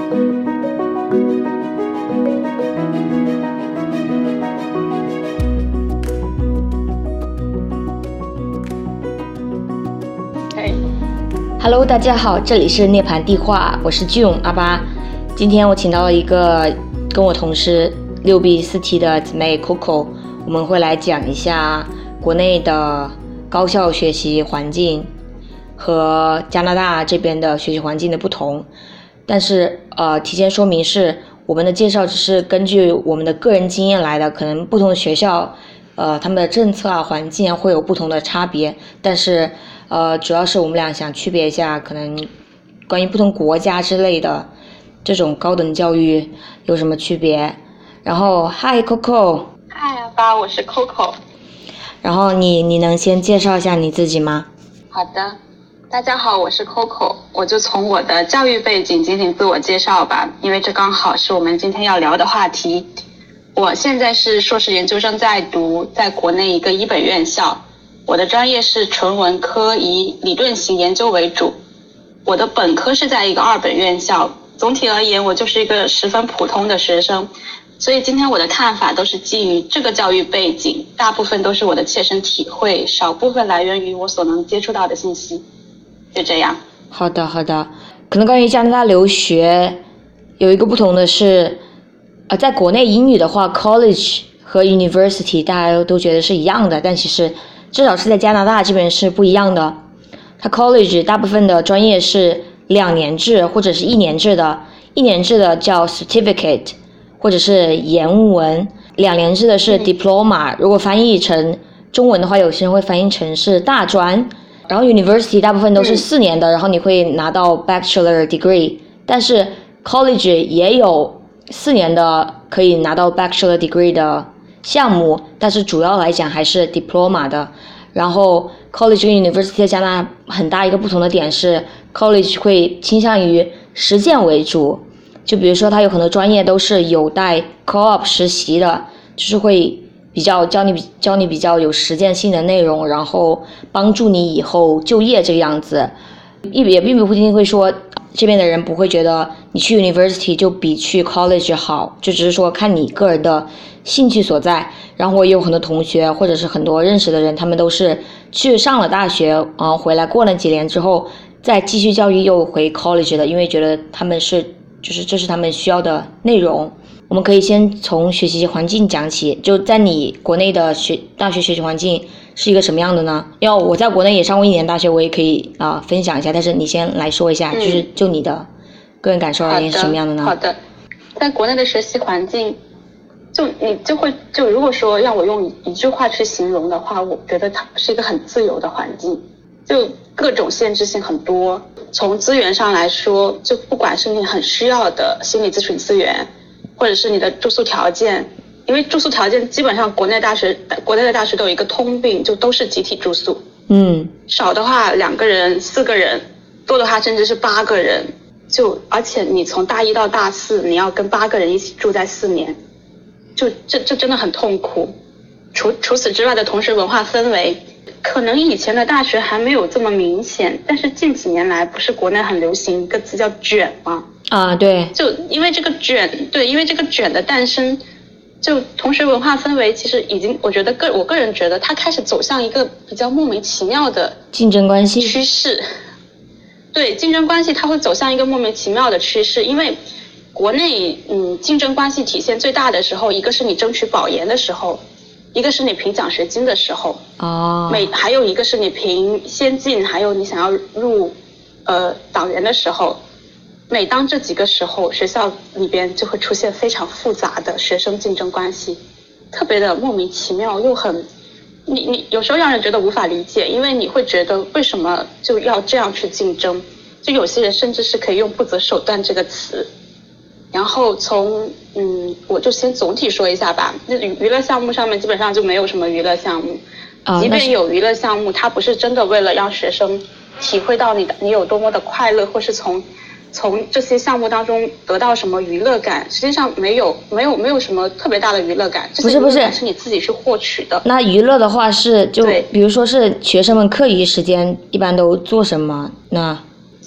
Hello， 大家好，这里是涅槃地话，我是June阿巴。今天我请到了一个跟我同时6B4T 的姊妹 Coco， 我们会来讲一下国内的高校学习环境和加拿大这边的学习环境的不同。但是提前说明是我们的介绍只是根据我们的个人经验来的，可能不同的学校他们的政策啊环境啊会有不同的差别，但是主要是我们俩想区别一下可能关于不同国家之类的这种高等教育有什么区别。然后 Hi Coco。 Hi 阿巴，我是 Coco。 然后你能先介绍一下你自己吗？ 好的，大家好，我是 Coco。 我就从我的教育背景进行自我介绍吧，因为这刚好是我们今天要聊的话题。我现在是硕士研究生在读，在国内一个一本院校，我的专业是纯文科，以理论型研究为主。我的本科是在一个二本院校，总体而言我就是一个十分普通的学生，所以今天我的看法都是基于这个教育背景，大部分都是我的切身体会，少部分来源于我所能接触到的信息。就这样。 好的，可能关于加拿大留学有一个不同的是在国内英语的话 college 和 university 大家都觉得是一样的，但其实至少是在加拿大这边是不一样的。它 college 大部分的专业是2年制或者是1年制的，1年制的叫 certificate 或者是研文，2年制的是 diploma， 如果翻译成中文的话有些人会翻译成是大专。然后 university 大部分都是4年的，然后你会拿到 bachelor degree， 但是 college 也有4年的可以拿到 bachelor degree 的项目，但是主要来讲还是 diploma 的。然后 college 跟 university 在加拿大很大一个不同的点是 college 会倾向于实践为主，就比如说它有很多专业都是有带 co-op 实习的，就是会比较教你比较有实践性的内容，然后帮助你以后就业这个样子。也并不一定会说这边的人不会觉得你去 university 就比去 college 好，就只是说看你个人的兴趣所在。然后我也有很多同学或者是很多认识的人，他们都是去上了大学回来过了几年之后再继续教育又回 college 的，因为觉得他们就是这是他们需要的内容。我们可以先从学习环境讲起，就在你国内的大学学习环境是一个什么样的呢？因为我在国内也上过1年大学，我也可以分享一下，但是你先来说一下，就你的个人感受而言是什么样的呢？ 好的，在国内的学习环境，就如果说让我用一句话去形容的话，我觉得它是一个很自由的环境，就各种限制性很多。从资源上来说，就不管是你很需要的心理咨询资源，或者是你的住宿条件，因为住宿条件基本上国内的大学都有一个通病，就都是集体住宿。少的话2个人、4个人，多的话甚至是8个人。而且你从大1到大4，你要跟8个人一起住在4年，这真的很痛苦。除此之外的同时文化氛围，可能以前的大学还没有这么明显，但是近几年来不是国内很流行一个词叫卷吗？ 对， 就因为这个卷的诞生，就同学文化氛围其实已经，我个人觉得它开始走向一个比较莫名其妙的竞争关系趋势。对，竞争关系它会走向一个莫名其妙的趋势，因为国内竞争关系体现最大的时候，一个是你争取保研的时候，一个是你评奖学金的时候，还有一个是你评先进，还有你想要入党员的时候。每当这几个时候，学校里边就会出现非常复杂的学生竞争关系，特别的莫名其妙，又很你有时候让人觉得无法理解，因为你会觉得为什么就要这样去竞争，就有些人甚至是可以用不择手段这个词。然后我就先总体说一下吧，娱乐项目上面基本上就没有什么娱乐项目，即便有娱乐项目，它不是真的为了让学生体会到你有多么的快乐，或是从这些项目当中得到什么娱乐感，实际上没有什么特别大的娱乐感，这些娱乐感是你自己去获取的。 那娱乐的话是比如说是学生们课余时间一般都做什么呢？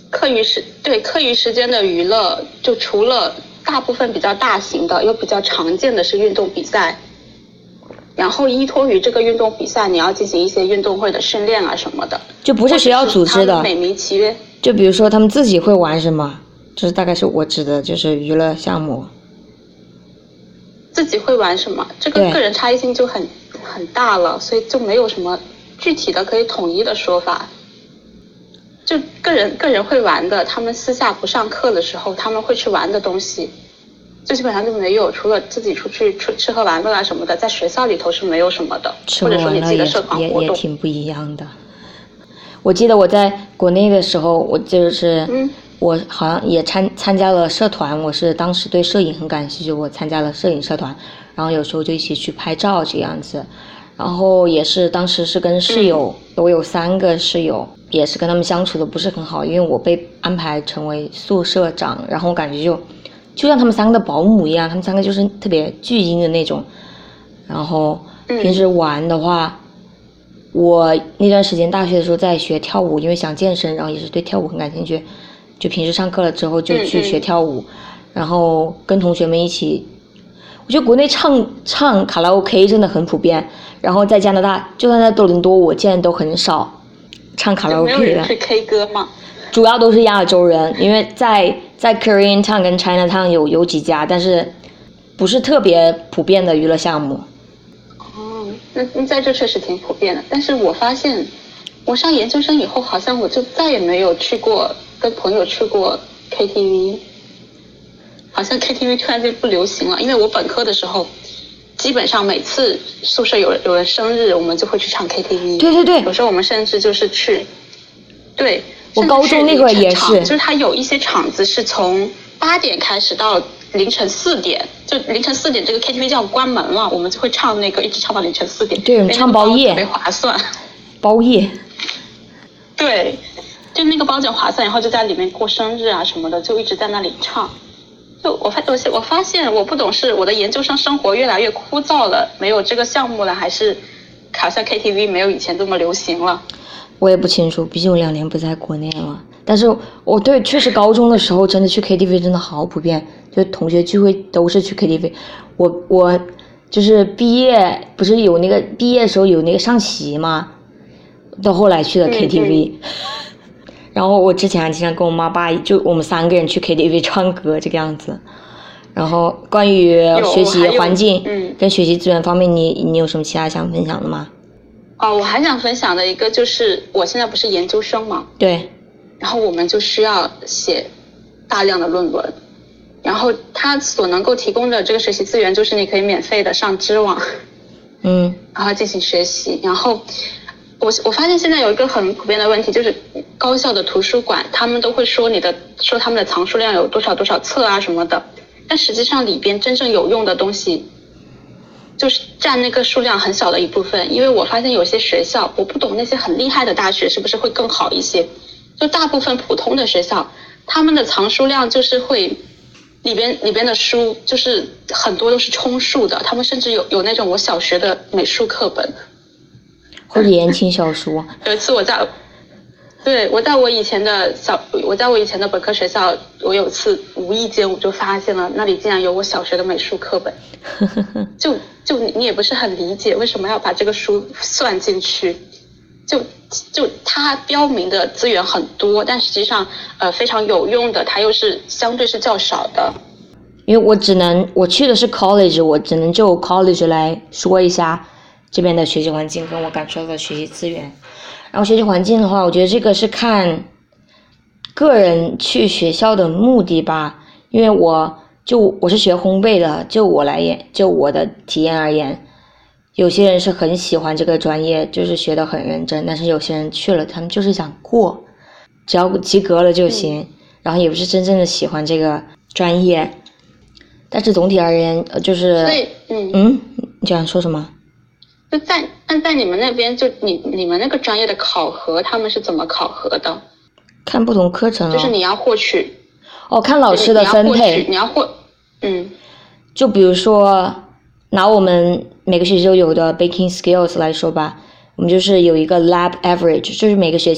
课余时间的娱乐，就除了大部分比较大型的，又比较常见的是运动比赛，然后依托于这个运动比赛，你要进行一些运动会的训练啊什么的， 就不是学校组织的， 美名其曰。 就比如说他们自己会玩什么，这大概是我指的就是娱乐项目。 自己会玩什么，这个个人差异性就很大了，所以就没有什么具体的可以统一的说法。就个人会玩的，他们私下不上课的时候，他们会去玩的东西，就基本上就没有，除了自己出去吃喝玩乐啊什么的，在学校里头是没有什么的，或者说你自己的社团活动也挺不一样的。我记得我在国内的时候，我我好像也参加了社团，我是当时对摄影很感兴趣，我参加了摄影社团，然后有时候就一起去拍照这样子，然后也是当时是跟室友，我有3个室友，也是跟他们相处的不是很好，因为我被安排成为宿舍长，然后我感觉就像他们3个的保姆一样，他们3个就是特别巨婴的那种，然后平时玩的话，我那段时间大学的时候在学跳舞，因为想健身，然后也是对跳舞很感兴趣，就平时上课了之后就去学跳舞，然后跟同学们一起，我觉得国内唱卡拉 OK 真的很普遍，然后在加拿大，就算在多伦多，我见的都很少唱卡拉 OK 的。 没有人去 K 歌吗？ 主要都是亚洲人，因为在 Korean Town 跟 China Town 有几家，但是不是特别普遍的娱乐项目。 哦，那在这确实挺普遍的，但是我发现我上研究生以后，好像我就再也没有跟朋友去过 KTV， 好像 KTV 突然间不流行了。因为我本科的时候，基本上每次宿舍有人生日，我们就会去唱 KTV。 对， 有时候我们甚至就是去，对， 我高中那会儿也是， 就是它有一些场子是从8点开始到凌晨4点，就凌晨4点这个 KTV 就要关门了，我们就会唱那个一直唱到凌晨4点。 对，我们唱包夜， 特别划算。 包夜。 对，就那个包奖划算，然后就在里面过生日啊什么的，就一直在那里唱。就我发现我不懂是我的研究生生活越来越枯燥了，没有这个项目了，还是好像 KTV 没有以前这么流行了。 我也不清楚，毕竟我2年不在国内了。但是确实高中的时候真的去 KTV 真的好普遍，就同学聚会都是去 KTV。我就是毕业不是有那个毕业的时候有那个上席吗？到后来去了 KTV，然后我之前还经常跟我妈爸就我们3个人去 KTV 唱歌这个样子。然后关于学习环境跟学习资源方面，你有什么其他想分享的吗？ 我还想分享的一个就是我现在不是研究生嘛， 对， 然后我们就需要写大量的论文，然后他所能够提供的这个学习资源就是你可以免费的上知网，然后进行学习。然后我发现现在有一个很普遍的问题，就是高校的图书馆他们都会说他们的藏书量有多少多少册啊什么的，但实际上里边真正有用的东西就是占那个数量很小的一部分。因为我发现有些学校，我不懂那些很厉害的大学是不是会更好一些，就大部分普通的学校他们的藏书量就是会里边的书就是很多都是充数的，他们甚至有那种我小学的美术课本或者言情小说。 有一次我在我以前的本科学校，我有次无意间我就发现了那里竟然有我小学的美术课本就你也不是很理解为什么要把这个书算进去，就它标明的资源很多，但实际上非常有用的它又是相对是较少的。 因为我去的是 college， 我只能就 college 来说一下这边的学习环境跟我感受到的学习资源。然后学习环境的话，我觉得这个是看个人去学校的目的吧。因为我是学烘焙的，就我的体验而言，有些人是很喜欢这个专业，就是学得很认真，但是有些人去了他们就是想过，只要及格了就行，然后也不是真正的喜欢这个专业。但是总体而言就是你想说什么？ 就在你们那边，就你们那个专业的考核他们是怎么考核的？ 看不同课程就是你要获取看老师的分配。 就比如说拿我们每个学期都有的 baking skills 来说吧，我们就是有一个 lab average， 就是每个学期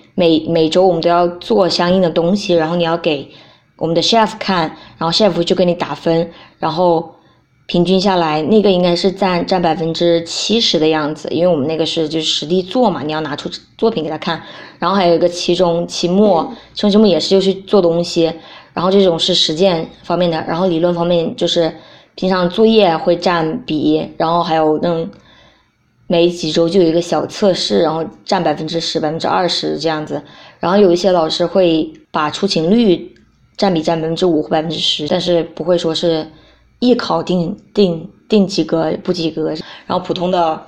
每周我们都要做相应的东西，然后你要给我们的 chef 看，然后 chef 就给你打分，然后平均下来那个应该是占70%的样子，因为我们那个是就是实地做嘛，你要拿出作品给他看。然后还有一个期末也是就是做东西，然后这种是实践方面的，然后理论方面就是平常作业会占比，然后还有那种每几周就有一个小测试，然后占10%、20%这样子。然后有一些老师会把出勤率占比占5%或10%，但是不会说是艺考定及格不及格，然后普通的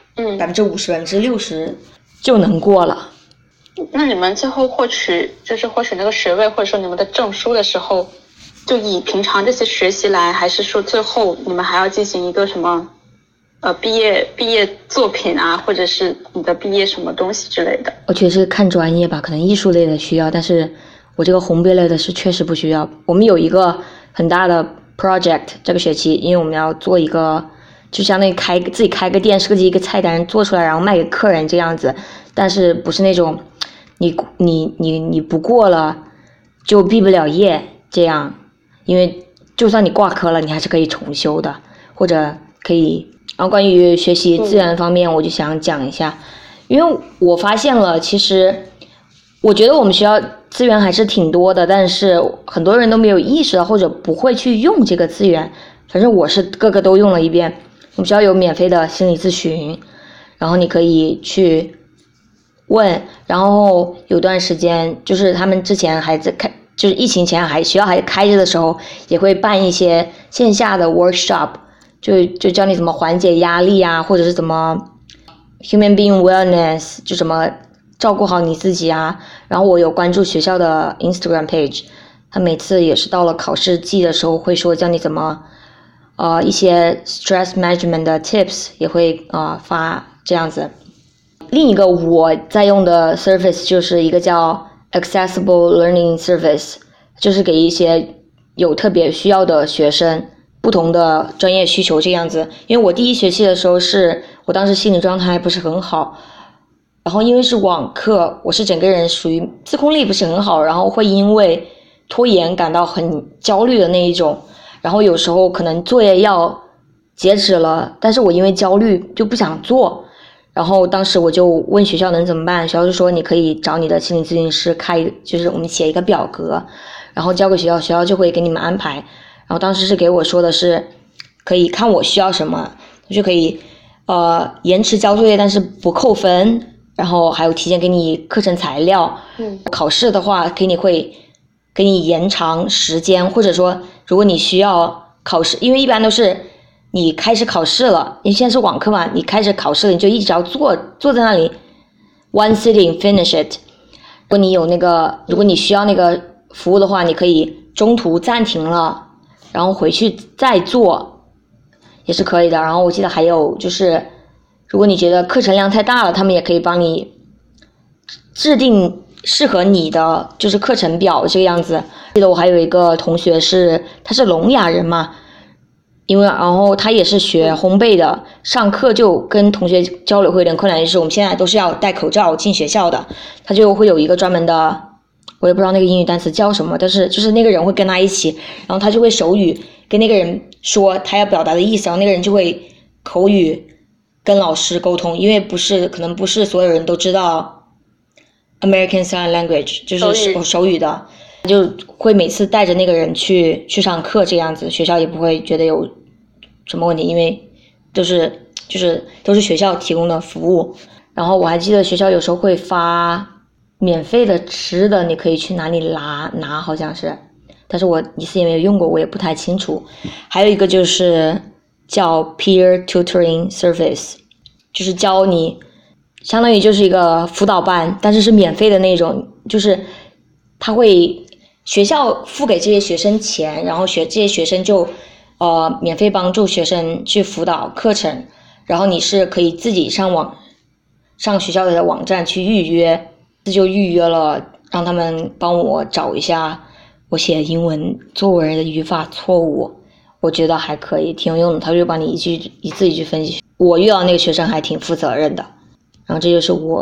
50%、60%就能过了。 那你们最后获取那个学位或者说你们的证书的时候，就以平常这些学习来，还是说最后你们还要进行一个什么毕业作品啊，或者是你的毕业什么东西之类的？ 我觉得是看专业吧，可能艺术类的需要，但是我这个烘焙类的是确实不需要。我们有一个很大的 project 这个学期，因为我们要做一个就相当于自己开个店，设计一个菜单做出来，然后卖给客人这样子，但是不是那种你不过了就毕不了业这样，因为就算你挂科了，你还是可以重修的，或者可以。然后关于学习资源方面，我就想讲一下，因为我发现了，其实我觉得我们学校资源还是挺多的，但是很多人都没有意识到或者不会去用这个资源。反正我是各个都用了一遍。我们学校有免费的心理咨询，然后你可以去问，然后有段时间就是他们之前还在就是疫情前学校还开着的时候，也会办一些线下的 workshop， 就教你怎么缓解压力啊，或者是怎么 human being wellness， 就怎么照顾好你自己啊。然后我有关注学校的 Instagram page， 他每次也是到了考试季的时候会说教你怎么一些 stress management 的 tips 也会发这样子。另一个我在用的 service 就是一个叫 accessible learning service， 就是给一些有特别需要的学生不同的专业需求这样子。因为我第一学期的时候我当时心理状态不是很好，然后因为是网课，我是整个人属于自控力不是很好，然后会因为拖延感到很焦虑的那一种，然后有时候可能作业要截止了，但是我因为焦虑就不想做，然后当时我就问学校能怎么办，学校就说你可以找你的心理咨询师就是我们写一个表格，然后交给学校，学校就会给你们安排。然后当时是给我说的是可以看我需要什么，就可以延迟交作业但是不扣分，然后还有提前给你课程材料。考试的话会给你延长时间，或者说如果你需要考试，因为一般都是你开始考试了，因为现在是网课嘛，你开始考试了你就一直要坐在那里 one sitting finish it。 如果你需要那个服务的话，你可以中途暂停了然后回去再做也是可以的。然后我记得还有就是如果你觉得课程量太大了，他们也可以帮你制定适合你的就是课程表这个样子。记得我还有一个同学他是聋哑人嘛，然后他也是学烘焙的，上课就跟同学交流会有点困难，就是我们现在都是要戴口罩进学校的，他就会有一个专门的，我也不知道那个英语单词叫什么，但是就是那个人会跟他一起，然后他就会手语跟那个人说他要表达的意思，然后那个人就会口语跟老师沟通，因为可能不是所有人都知道 American Sign Language 就是手语的，就会每次带着那个人去上课这样子，学校也不会觉得有什么问题，因为都是学校提供的服务。然后我还记得学校有时候会发免费的吃的，你可以去哪里拿好像是，但是我一次也没有用过，我也不太清楚。还有一个就是叫 peer tutoring service， 就是教你相当于就是一个辅导班，但是是免费的那种，就是他会学校付给这些学生钱，然后这些学生就免费帮助学生去辅导课程，然后你是可以自己上学校的网站去预约，就预约了，让他们帮我找一下我写英文作文的语法错误，我觉得还可以，挺有用的，他就帮你一字一句分析。我遇到那个学生还挺负责任的。然后这就是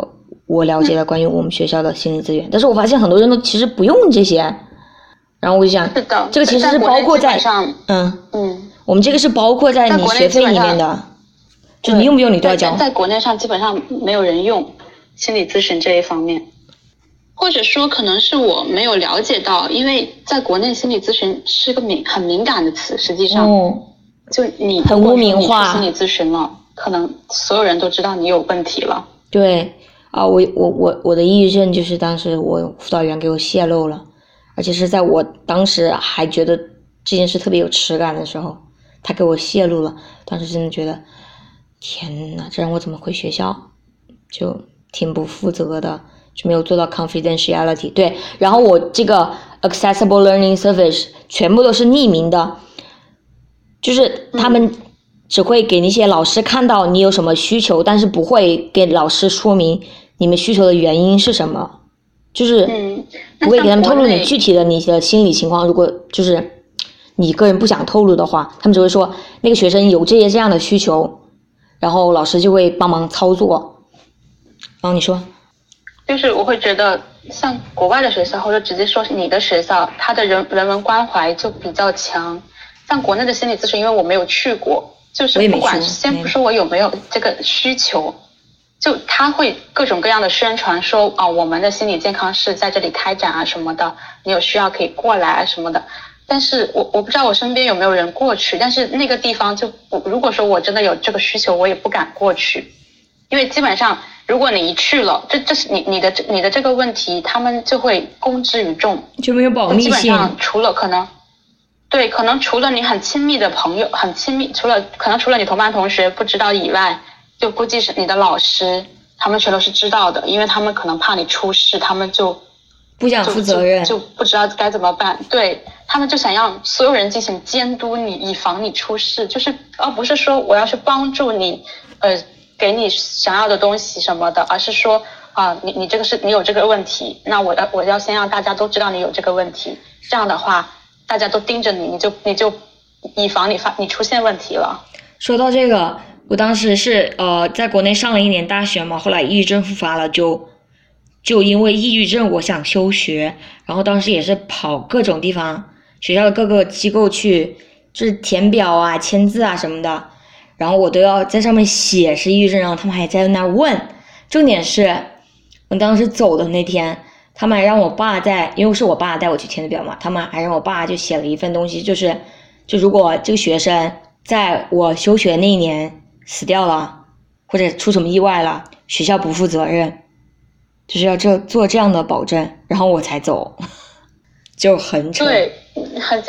我了解的关于我们学校的心理资源，但是我发现很多人都其实不用这些，然后我就想，这个其实是包括在我们这个是包括在你学费里面的，就你用不用你都要交。 在国内上基本上没有人用心理咨询这一方面，或者说可能是我没有了解到，因为在国内心理咨询是个很敏感的词，实际上，就你很污名化， 心理咨询了，可能所有人都知道你有问题了。 对啊，我的抑郁症就是当时我辅导员给我泄露了，而且是在我当时还觉得这件事特别有耻感的时候，他给我泄露了，当时真的觉得天哪，这让我怎么回学校，就挺不负责的，就没有做到 confidentiality。 对，然后我这个 accessible learning service 全部都是匿名的，就是他们只会给那些老师看到你有什么需求，但是不会给老师说明你们需求的原因是什么，就是不会给他们透露你具体的你的心理情况。如果就是你个人不想透露的话，他们只会说那个学生有这样的需求，然后老师就会帮忙操作。然后你说， 就是我会觉得像国外的学校，或者直接说你的学校，它的人文关怀就比较强。像国内的心理咨询，因为我没有去过，就是不管先不说我有没有这个需求，就他会各种各样的宣传说我们的心理健康室在这里开展啊什么的，你有需要可以过来啊什么的。但是我不知道我身边有没有人过去，但是那个地方就如果说我真的有这个需求，我也不敢过去，因为基本上如果你一去了，这是你的这个问题，他们就会公之于众， 就没有保密性。 基本上除了可能除了你很亲密的朋友，除了你同班同学不知道以外，就估计是你的老师，他们全都是知道的，因为他们可能怕你出事，他们就不想负责任， 就不知道该怎么办。对，他们就想让所有人进行监督你，以防你出事，就是而不是说我要去帮助你，给你想要的东西什么的，而是说你这个你有这个问题，那我要先让大家都知道你有这个问题，这样的话大家都盯着你，你就以防你出现问题了。 说到这个，我当时是在国内上了1年大学嘛，后来抑郁症复发了，就因为抑郁症我想休学，然后当时也是跑各种地方，学校的各个机构去，就是填表啊、签字啊什么的，然后我都要在上面写是抑郁症，然后他们还在那问。重点是我当时走的那天，他们还让我爸因为是我爸带我去填的表嘛，他们还让我爸就写了一份东西，就如果这个学生在我休学那一年死掉了，或者出什么意外了，学校不负责任，就是要做这样的保证，然后我才走，就很扯。 对，很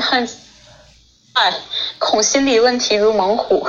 恐心理问题如猛虎。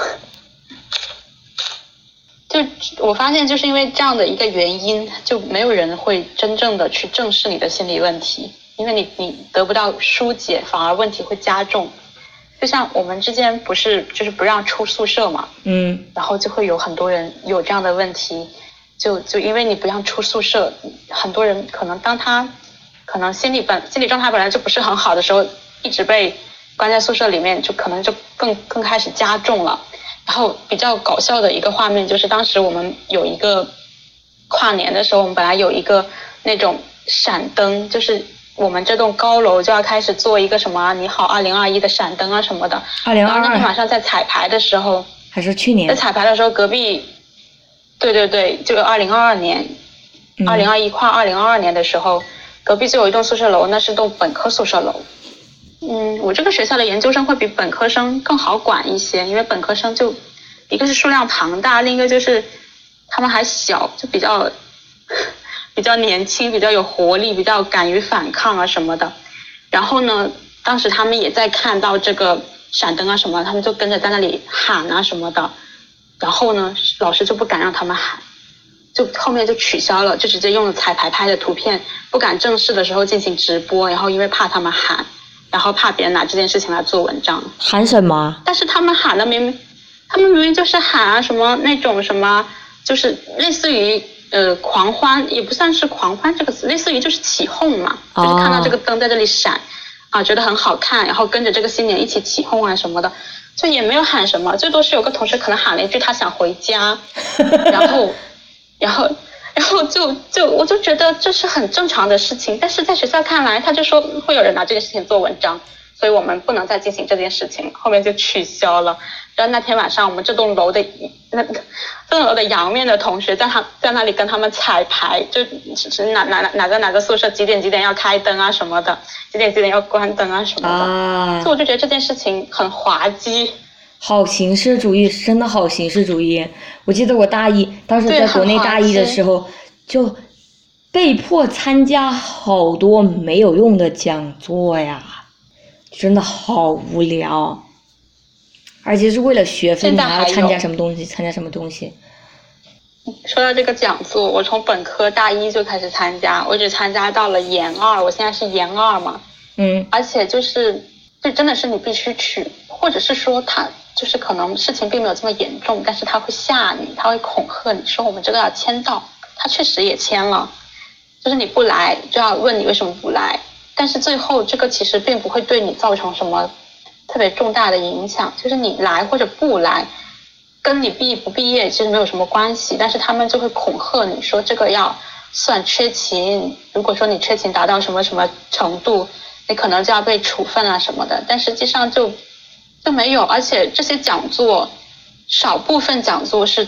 就我发现就是因为这样的一个原因，就没有人会真正的去正视你的心理问题，因为你得不到疏解，反而问题会加重。就像我们之间不是就是不让出宿舍嘛，然后就会有很多人有这样的问题，就因为你不让出宿舍，很多人可能当他可能心理状态本来就不是很好的时候，一直被关在宿舍里面，就可能就更开始加重了。然后比较搞笑的一个画面就是当时我们有一个跨年的时候，我们本来有一个那种闪灯，就是我们这栋高楼就要开始做一个什么你好2021的闪灯啊什么的。 2022。 然后那天晚上在彩排的时候， 还是去年在彩排的时候，隔壁对，就2022年，2021跨2022年的时候，隔壁就有一栋宿舍楼，那是栋本科宿舍楼。我这个学校的研究生会比本科生更好管一些，因为本科生就一个是数量庞大，另一个就是他们还小，就比较年轻，比较有活力，比较敢于反抗啊什么的。然后呢，当时他们也在看到这个闪灯啊什么，他们就跟着在那里喊啊什么的。然后呢，老师就不敢让他们喊，就后面就取消了，就直接用了彩排拍的图片，不敢正式的时候进行直播，然后因为怕他们喊，然后怕别人拿这件事情来做文章。 喊什么？ 但是他们喊的他们明明就是喊啊什么那种什么，就是类似于狂欢，也不算是狂欢这个词，类似于就是起哄嘛，就是看到这个灯在这里闪啊，觉得很好看，然后跟着这个新年一起起哄啊什么的，就也没有喊什么，最多是有个同学可能喊了一句他想回家，然然后我就觉得这是很正常的事情，但是在学校看来，他就说会有人拿这件事情做文章，所以我们不能再进行这件事情，后面就取消了。然后那天晚上，我们这栋楼的阳面的同学在那里跟他们彩排，就是哪个宿舍几点要开灯啊什么的，几点要关灯啊什么的。所以我就觉得这件事情很滑稽。 好形式主义，真的好形式主义。我记得我大一，当时在国内大一的时候，就被迫参加好多没有用的讲座呀，真的好无聊。而且是为了学分，你还要参加什么东西。 说到这个讲座，我从本科大一就开始参加，我只参加到了研二，我现在是研二嘛。而且就真的是你必须去，或者是说他就是可能事情并没有这么严重，但是他会吓你，他会恐吓你说我们这个要签到，他确实也签了，就是你不来就要问你为什么不来，但是最后这个其实并不会对你造成什么特别重大的影响，就是你来或者不来跟你毕不毕业其实没有什么关系，但是他们就会恐吓你说这个要算缺勤，如果说你缺勤达到什么什么程度，你可能就要被处分啊什么的，但实际上就没有。而且这些讲座少部分讲座是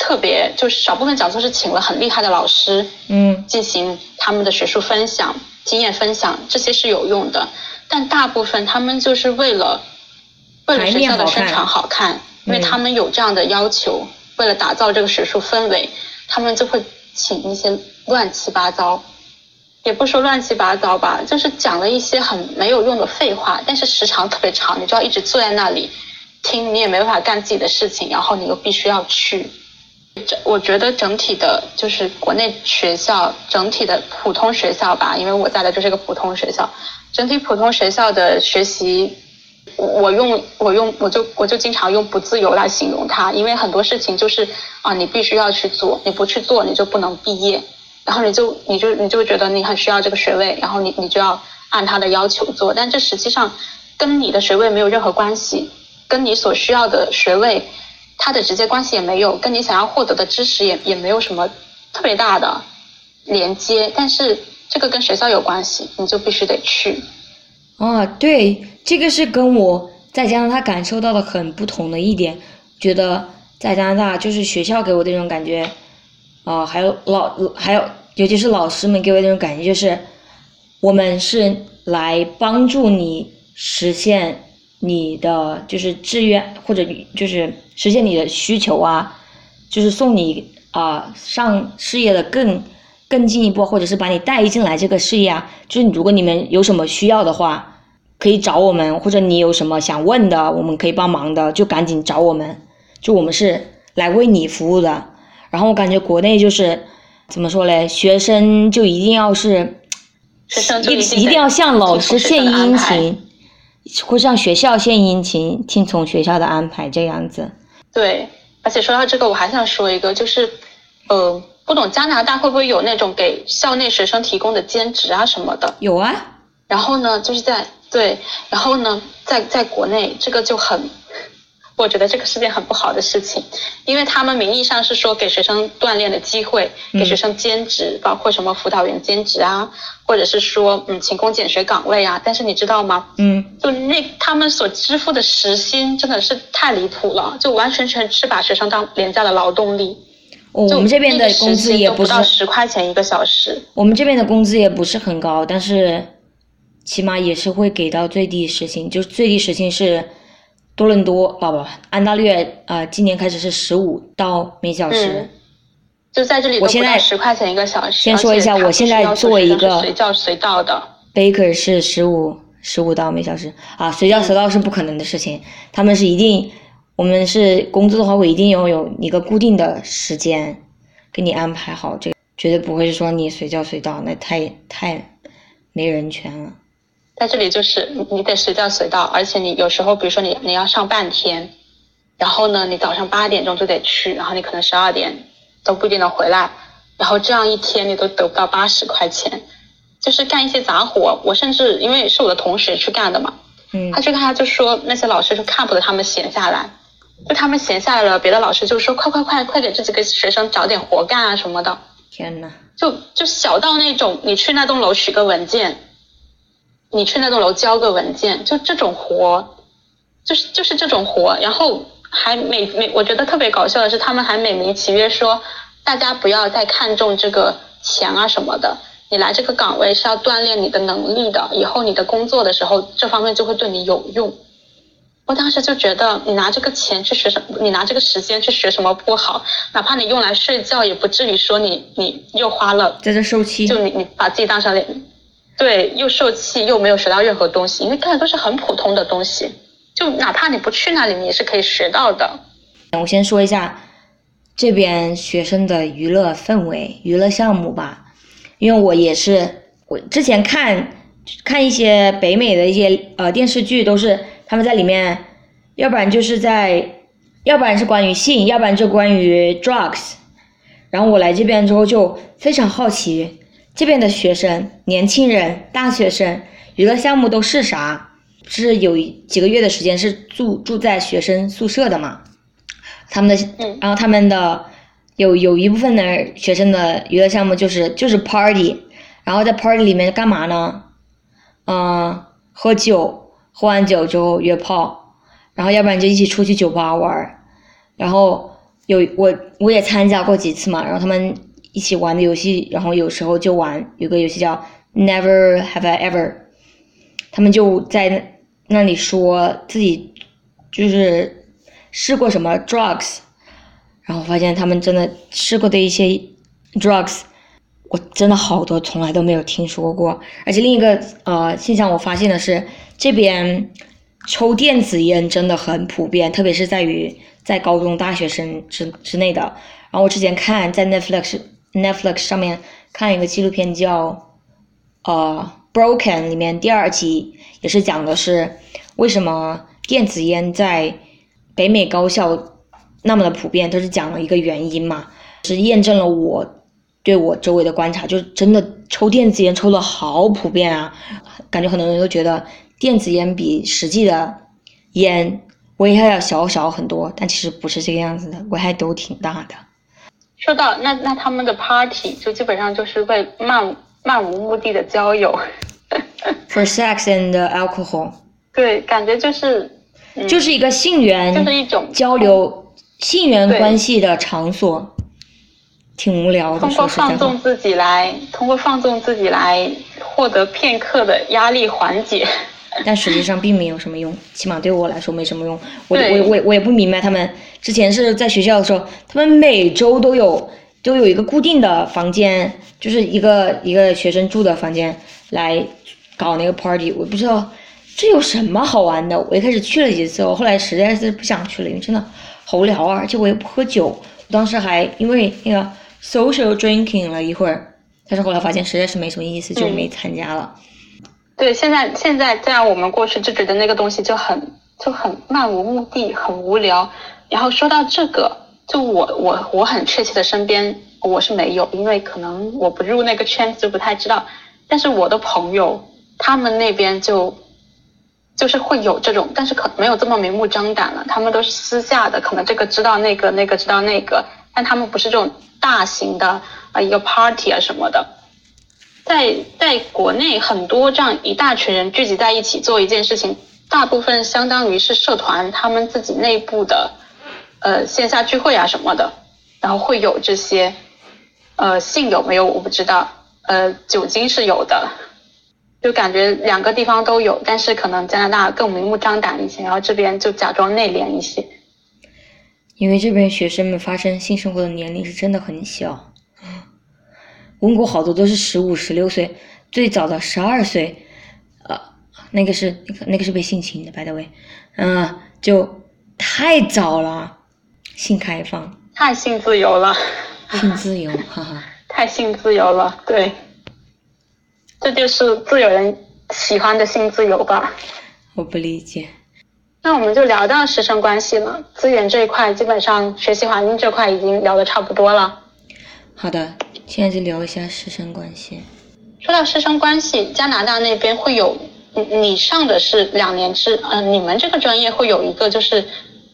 请了很厉害的老师进行他们的学术分享、经验分享，这些是有用的，但大部分他们就是为了学校的宣传好看，因为他们有这样的要求，为了打造这个学术氛围，他们就会请一些乱七八糟，也不说乱七八糟吧，就是讲了一些很没有用的废话，但是时长特别长，你就要一直坐在那里听，你也没办法干自己的事情，然后你又必须要去。我觉得整体的就是国内学校整体的普通学校吧，因为我在的就是一个普通学校，整体普通学校的学习，我就经常用不自由来形容它，因为很多事情就是你必须要去做，你不去做你就不能毕业，然后你就觉得你很需要这个学位，然后你就要按他的要求做，但这实际上跟你的学位没有任何关系，跟你所需要的学位它的直接关系也没有，跟你想要获得的知识也没有什么特别大的连接，但是这个跟学校有关系，你就必须得去。 对，这个是跟我在加拿大感受到的很不同的一点，觉得在加拿大就是学校给我的这种感觉，还有尤其是老师们给我的这种感觉，就是我们是来帮助你实现你的就是志愿，或者就是实现你的需求啊，就是送你上事业的更进一步，或者是把你带进来这个事业啊，就是如果你们有什么需要的话可以找我们，或者你有什么想问的我们可以帮忙的就赶紧找我们，就我们是来为你服务的。然后我感觉国内就是怎么说嘞，学生就一定要向老师献殷勤，会向学校献殷勤，听从学校的安排这样子。 对，而且说到这个我还想说一个，就是不懂加拿大会不会有那种给校内学生提供的兼职啊什么的？ 有啊。 然后呢就是在国内这个就我觉得这个是件很不好的事情，因为他们名义上是说给学生锻炼的机会，给学生兼职，包括什么辅导员兼职啊，或者是说勤工俭学岗位啊，但是你知道吗？就他们所支付的时薪真的是太离谱了，就完全是把学生当廉价的劳动力。 我们这边的工资也不是到10块钱1个小时。 我们这边的工资也不是很高，但是起码也是会给到最低时薪，就是最低时薪是多伦多安大略今年开始是$15每小时。 就在这里都不到10块钱1个小时。 先说一下，我现在作为一个随叫随到的 baker 是$15每小时随叫随到是不可能的事情，他们是一定，我们是工资的话，我一定要有一个固定的时间给你安排好，这个绝对不会是说你随叫随到，那太没人权了。 在这里就是你得随叫随到，而且你有时候比如说你要上半天，然后呢你早上8点钟就得去，然后你可能12点都不一定能回来，然后这样一天你都得不到80块钱，就是干一些杂活。我甚至因为是我的同学去干的嘛，他就说那些老师就看不得他们闲下来，就他们闲下来了，别的老师就说快给这几个学生找点活干啊什么的。 天哪， 就小到那种你去那栋楼取个文件，你去那栋楼交个文件，就这种活，就是这种活，然后还我觉得特别搞笑的是，他们还美名其曰说，大家不要再看重这个钱啊什么的，你来这个岗位是要锻炼你的能力的，以后你的工作的时候，这方面就会对你有用。我当时就觉得，你拿这个钱去学什么，你拿这个时间去学什么不好，哪怕你用来睡觉，也不至于说你又花了在这受气， 就你把自己当成对，又受气又没有学到任何东西，因为看的都是很普通的东西，就哪怕你不去那里，你也是可以学到的。 我先说一下这边学生的娱乐氛围、娱乐项目吧，因为我之前看一些北美的一些电视剧，都是他们在里面，要不然是关于性，要不然就关于 drugs。然后我来这边之后就非常好奇，这边的学生、年轻人、大学生娱乐项目都是啥？是有几个月的时间是住在学生宿舍的嘛？然后他们的有一部分的学生的娱乐项目就是 party， 然后在 party 里面干嘛呢？喝酒，喝完酒之后约炮，然后要不然就一起出去酒吧玩，然后我也参加过几次嘛，然后他们一起玩的游戏，然后有时候就玩有个游戏叫 Never Have I Ever， 他们就在那里说自己就是试过什么 drugs， 然后发现他们真的试过的一些 drugs， 我真的好多从来都没有听说过。而且另一个现象我发现的是，这边抽电子烟真的很普遍，特别是在高中大学生之内的。然后我之前看在 Netflix 上面看一个纪录片叫Broken， 里面第2集也是讲的是为什么电子烟在北美高校那么的普遍，都是讲了一个原因嘛，是验证了我对我周围的观察，就真的抽电子烟抽的好普遍啊，感觉很多人都觉得电子烟比实际的烟危害要小很多，但其实不是这个样子的，危害都挺大的。 说到那他们的 party 就基本上就是为漫无目的的交友 For sex and alcohol， 对，感觉就是一个性缘， 就是一种交流性缘关系的场所，挺无聊的。 通过放纵自己来获得片刻的压力缓解， 但实际上并没有什么用，起码对我来说没什么用。我也不明白，他们之前是在学校的时候，他们每周都有一个固定的房间，就是一个学生住的房间来搞那个 party， 我不知道这有什么好玩的。我一开始去了几次，我后来实在是不想去了，因为真的好无聊啊，而且我也不喝酒。我当时还因为那个 social drinking 了一会儿，但是后来发现实在是没什么意思，就没参加了。 对，现在这样我们过去就觉得那个东西就很漫无目的，很无聊。然后说到这个，就我很确切的身边我是没有，因为可能我不入那个圈子就不太知道。但是我的朋友他们那边就是会有这种，但是可能没有这么明目张胆了，他们都是私下的，可能这个知道那个，那个知道那个，但他们不是这种大型的一个 party 啊什么的。在国内很多这样一大群人聚集在一起做一件事情，大部分相当于是社团他们自己内部的线下聚会啊什么的，然后会有这些性有没有我不知道，酒精是有的，就感觉两个地方都有，但是可能加拿大更明目张胆一些，然后这边就假装内敛一些。 因为这边学生们发生性生活的年龄是真的很小，问过好多都是15、16岁，最早的12岁，那个是被性侵的 by the way， 就太早了，性开放， 太性自由了， 性自由，哈哈， 太性自由了，对，这就是自由人喜欢的性自由吧？ 我不理解。 那我们就聊到师生关系了，资源这一块基本上学习环境这块已经聊得差不多了。 好的，现在就聊一下师生关系。 说到师生关系，加拿大那边会有，你上的是2年制，你们这个专业会有一个就是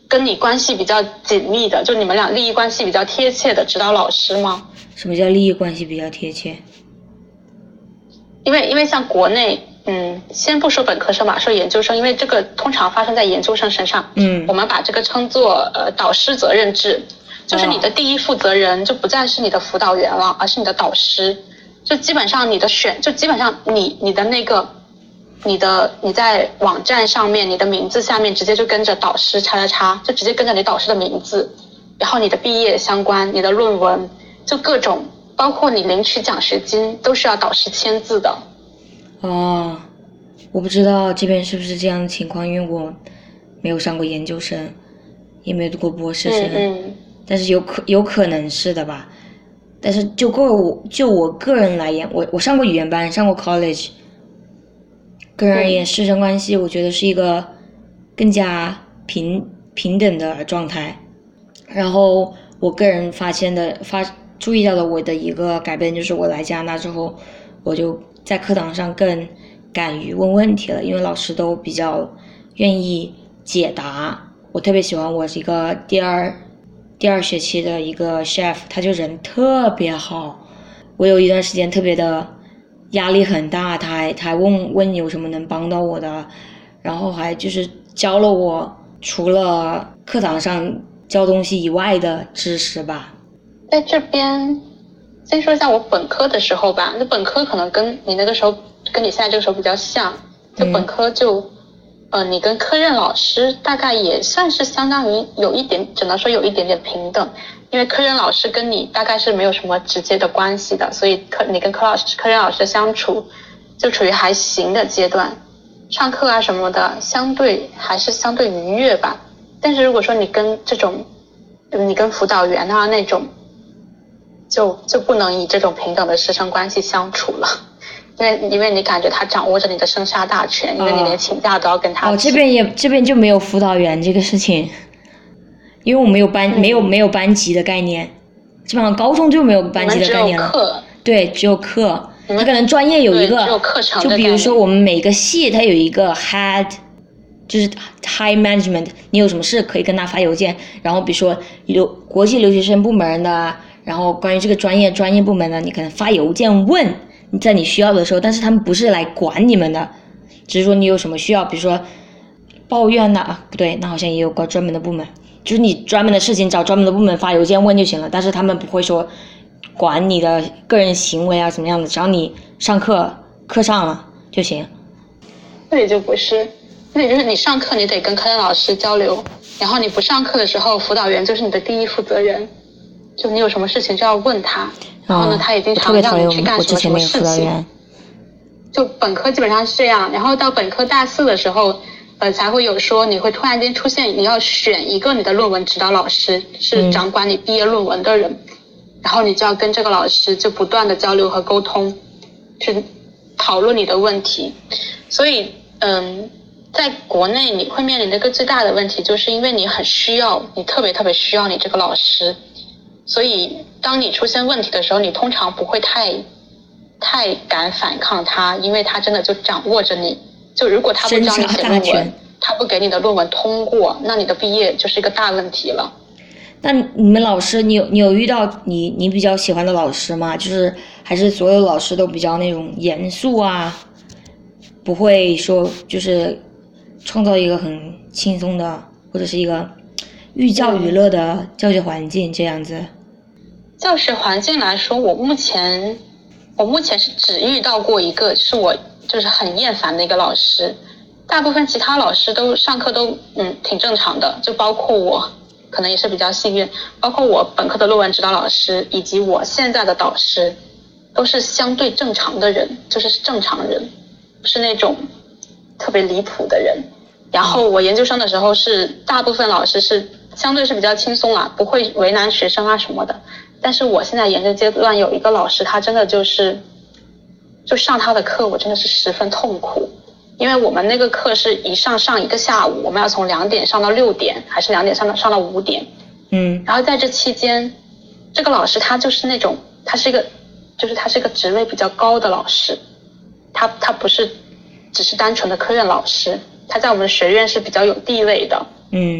跟你关系比较紧密的，就你们俩利益关系比较贴切的指导老师吗？ 什么叫利益关系比较贴切？ 因为像国内，先不说本科生吧，说研究生，因为这个通常发生在研究生身上。我们把这个称作导师责任制，就是你的第一负责人就不再是你的辅导员了，而是你的导师。就基本上基本上你的那个你在网站上面你的名字下面直接就跟着导师叉叉叉，就直接跟着你导师的名字，然后你的毕业相关、你的论文，就各种。包括你领取奖学金都需要导师签字的。 哦，我不知道这边是不是这样的情况，因为我没有上过研究生，也没有读过博士生，但是有可能是的吧。但是就我个人来言，我上过语言班，上过 college， 个人而言，师生关系我觉得是一个更加平等的状态。然后我个人注意到的我的一个改变就是我来加拿大之后，我就在课堂上更敢于问问题了，因为老师都比较愿意解答。我特别喜欢我一个第二学期的一个 chef， 他就人特别好。我有一段时间特别的压力很大，他还问有什么能帮到我的，然后还就是教了我除了课堂上教东西以外的知识吧。 在这边先说一下我本科的时候吧，那本科可能跟你那个时候跟你现在这个时候比较像，就本科就你跟科任老师大概也算是相当于只能说有一点点平等，因为科任老师跟你大概是没有什么直接的关系的，所以你跟科任老师的相处就处于还行的阶段，上课啊什么的还是相对愉悦吧。但是如果说你跟辅导员啊那种就不能以这种平等的师生关系相处了，因为你感觉他掌握着你的生杀大权，因为你连请假都要跟他这边就没有辅导员这个事情，因为我没有班级的概念，基本上高中就没有班级的概念了。 只有课。 对，只有课。他可能专业有一个， 只有课程的概念。 就比如说我们每个系它有一个 head， 就是 high management， 你有什么事可以跟他发邮件，然后比如说国际留学生部门的，然后关于这个专业部门的，你可能发邮件问你在你需要的时候，但是他们不是来管你们的，只是说你有什么需要，比如说抱怨不对，那好像也有个专门的部门，就是你专门的事情找专门的部门发邮件问就行了，但是他们不会说管你的个人行为啊怎么样的，只要你上课上了就行。 那也就不是，那也就是你上课你得跟科任老师交流，然后你不上课的时候，辅导员就是你的第一负责人，就你有什么事情就要问他，然后呢，他也经常让你去干什么事情。就本科基本上是这样，然后到本科大4的时候，才会有说你会突然间出现，你要选一个你的论文指导老师，是掌管你毕业论文的人，然后你就要跟这个老师就不断的交流和沟通，去讨论你的问题。所以，在国内你会面临的一个最大的问题，就是因为你特别特别需要你这个老师。所以当你出现问题的时候，你通常不会太敢反抗他，因为他真的就掌握着你，就如果他不教你写论文，他不给你的论文通过，那你的毕业就是一个大问题了。 那你们老师，你有遇到你比较喜欢的老师吗？就是还是所有老师都比较那种严肃啊，不会说就是创造一个很轻松的或者是一个寓教于乐的教学环境这样子？ 教学环境来说，我目前是只遇到过一个是我就是很厌烦的一个老师，大部分其他老师都上课都挺正常的，就包括我可能也是比较幸运，包括我本科的论文指导老师以及我现在的导师都是相对正常的人，就是正常人，不是那种特别离谱的人。然后我研究生的时候是大部分老师是相对是比较轻松啦，不会为难学生啊什么的。但是我现在研究阶段有一个老师，他真的就上他的课我真的是十分痛苦，因为我们那个课是上一个下午，我们要从2点上到6点，还是2点上到5点。然后在这期间，这个老师他就是那种他是一个职位比较高的老师，他不是只是单纯的科任老师，他在我们学院是比较有地位的。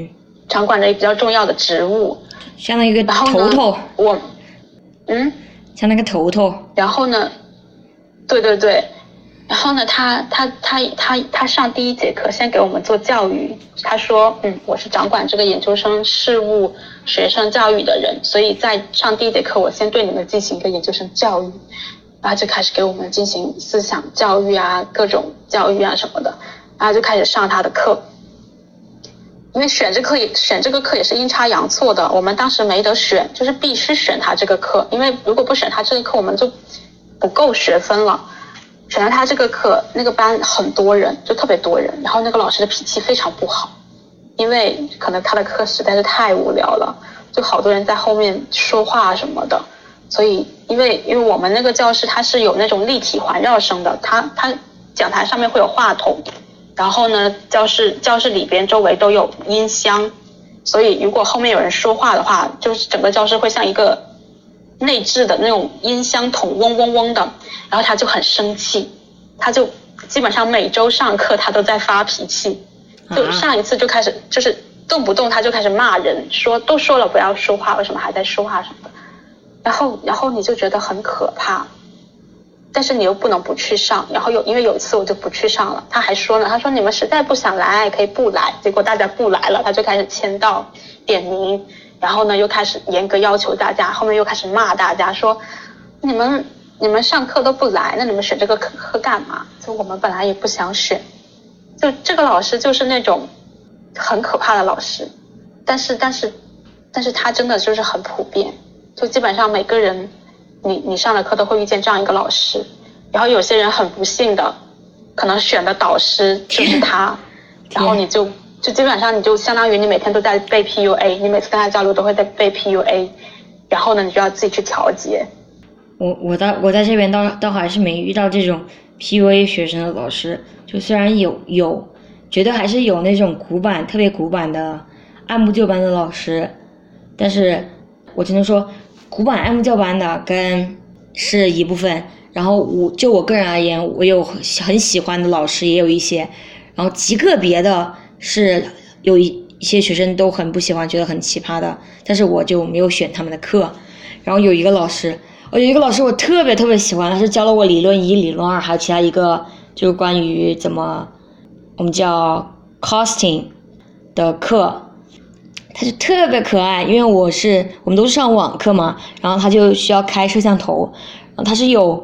掌管着一个比较重要的职务， 像那个头头。像那个头头。 然后呢，对，然后呢，他上第一节课先给我们做教育，他说，我是掌管这个研究生事务、学生教育的人，所以在上第一节课，我先对你们进行一个研究生教育，然后就开始给我们进行思想教育啊，各种教育啊什么的，然后就开始上他的课。因为选这个课也是阴差阳错的，我们当时没得选，就是必须选他这个课，因为如果不选他这个课，我们就不够学分了。选了他这个课，那个班很多人，就特别多人，然后那个老师的脾气非常不好，因为可能他的课实在是太无聊了，就好多人在后面说话什么的，所以因为我们那个教室它是有那种立体环绕声的，它讲台上面会有话筒，然后呢教室里边周围都有音箱，所以如果后面有人说话的话，就是整个教室会像一个内置的那种音箱筒嗡嗡嗡的，然后他就很生气，他就基本上每周上课他都在发脾气，就上一次就开始就是动不动他就开始骂人，都说了不要说话，为什么还在说话什么的，然后你就觉得很可怕，但是你又不能不去上，然后因为有一次我就不去上了，他还说呢，他说你们实在不想来可以不来，结果大家不来了，他就开始签到点名，然后呢又开始严格要求大家，后面又开始骂大家说你们上课都不来，那你们选这个课干嘛？就我们本来也不想选，就这个老师就是那种很可怕的老师，但是他真的就是很普遍，就基本上每个人你上了课都会遇见这样一个老师，然后有些人很不幸的可能选的导师就是他，然后你就基本上你就相当于你每天都在被 PUA， 你每次跟他交流都会在被 PUA， 然后呢你就要自己去调节。 我在这边倒还是没遇到这种 PUA 学生的老师，就虽然有绝对还是有那种特别古板的按部就班的老师，但是我只能说古板按部就班的是一部分，然后我个人而言，我有很喜欢的老师也有一些，然后极个别的是有一些学生都很不喜欢，觉得很奇葩的，但是我就没有选他们的课。然后有一个老师我特别特别喜欢，他是教了我理论1、理论2，还有其他一个就是关于怎么我们叫 costing 的课，他就特别可爱，因为我们都是上网课嘛，然后他就需要开摄像头，然后他是有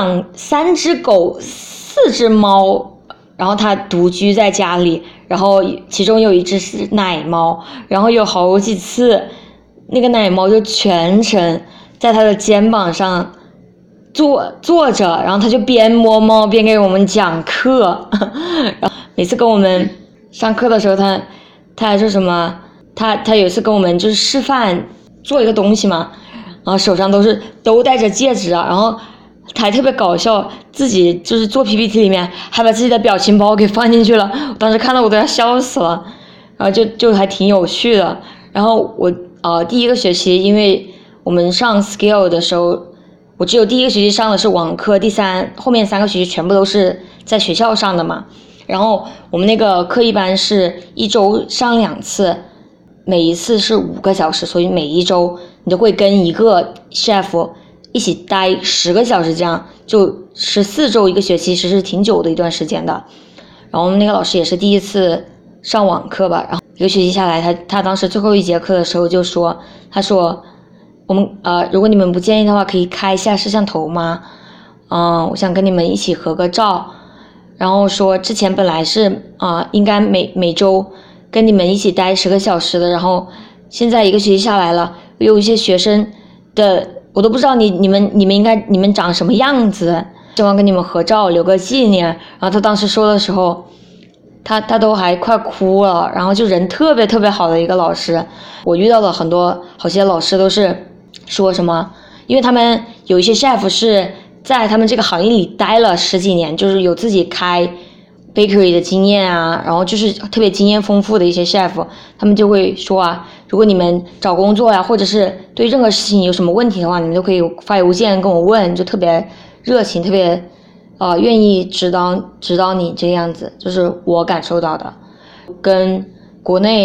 3只狗4只猫，然后他独居在家里，然后其中有一只是奶猫，然后有好几次那个奶猫就全程在他的肩膀上坐着，然后他就边摸猫边给我们讲课然后每次跟我们上课的时候他还说什么，他有一次跟我们就是示范做一个东西嘛，然后手上都戴着戒指啊，然后他还特别搞笑，自己就是做 PPT 里面还把自己的表情包给放进去了，我当时看到我都要笑死了，然后就还挺有趣的。然后我第一个学期因为我们上 skill 的时候，我只有第一个学期上的是网课，后面3个学期全部都是在学校上的嘛。然后我们那个课一般是1周上2次，每一次是5个小时，所以每一周你就会跟一个 chef 一起待10个小时，这样就14周1个学期，其实是挺久的一段时间的。然后我们那个老师也是第一次上网课吧，然后1个学期下来，他当时最后1节课的时候就说，他说我们如果你们不介意的话，可以开一下摄像头吗？我想跟你们一起合个照。然后说之前本来是应该每周跟你们一起待10个小时的，然后现在1个学期下来了，有一些学生的我都不知道你们长什么样子，希望跟你们合照留个纪念。然后他当时说的时候，他都还快哭了，然后就人特别特别好的一个老师。我遇到了好些老师都是说什么，因为他们有一些 chef 是在他们这个行业里待了10几年，就是有自己开 bakery 的经验啊，然后就是特别经验丰富的一些 chef， 他们就会说如果你们找工作呀，或者是对任何事情有什么问题的话，你们都可以发邮件跟我问，就特别热情，特别愿意指导你这样子，就是我感受到的。跟国内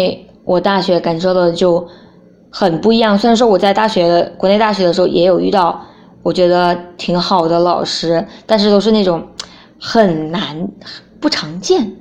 我大学感受到的就很不一样。虽然说我在国内大学的时候也有遇到我觉得挺好的老师，但是都是那种很难不常见。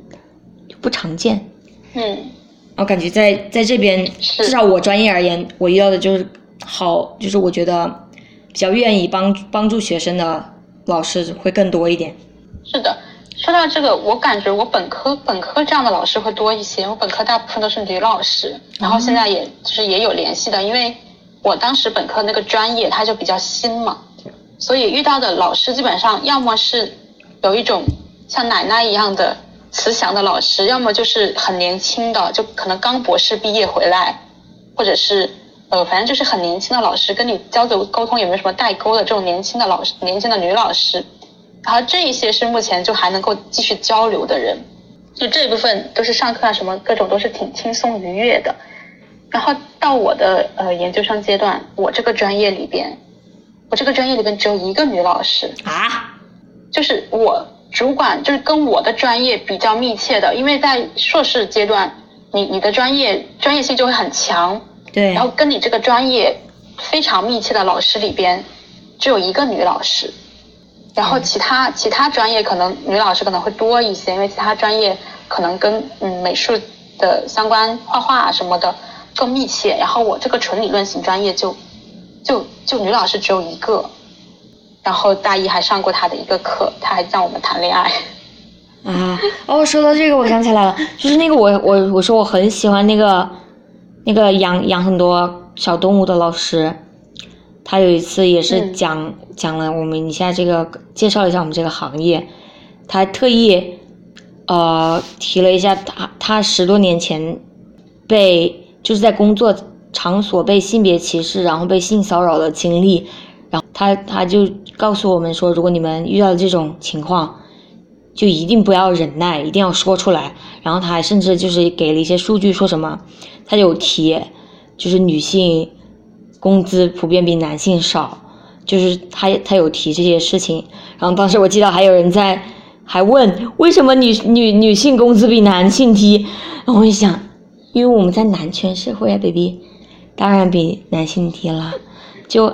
我感觉在这边至少我专业而言，我遇到的就是就是我觉得比较愿意帮助学生的老师会更多一点。 是的，说到这个，我感觉我本科这样的老师会多一些。我本科大部分都是女老师，然后现在也有联系的，因为我当时本科那个专业它就比较新嘛，所以遇到的老师基本上要么是有一种像奶奶一样的慈祥的老师，要么就是很年轻的，就可能刚博士毕业回来，或者是反正就是很年轻的老师，跟你交流沟通也没有什么代沟的这种年轻的女老师。然后这一些是目前就还能够继续交流的人，就这一部分都是上课啊什么各种都是挺轻松愉悦的。然后到我的研究生阶段，我这个专业里边只有一个女老师啊， 就是我主管，就是跟我的专业比较密切的，因为在硕士阶段，你的专业性就会很强， 对， 然后跟你这个专业非常密切的老师里边，只有一个女老师。然后其他专业可能女老师可能会多一些，因为其他专业可能跟美术的相关画画什么的更密切。然后我这个纯理论型专业就女老师只有一个，然后大一还上过她的一个课，她还让我们谈恋爱。 说到这个我想起来了，就是那个我说我很喜欢那个养很多小动物的老师。他有一次也是讲了我们一下这个，介绍一下我们这个行业。他还特意提了一下他10多年前就是在工作场所被性别歧视，然后被性骚扰的经历。然后他就告诉我们说，如果你们遇到这种情况，就一定不要忍耐，一定要说出来。然后他还甚至就是给了一些数据，说什么他有提就是女性工资普遍比男性少，就是他有提这些事情。然后当时我记得还有人还问为什么女性工资比男性低，然后我一想，因为我们在男权社会啊 baby， 当然比男性低了，就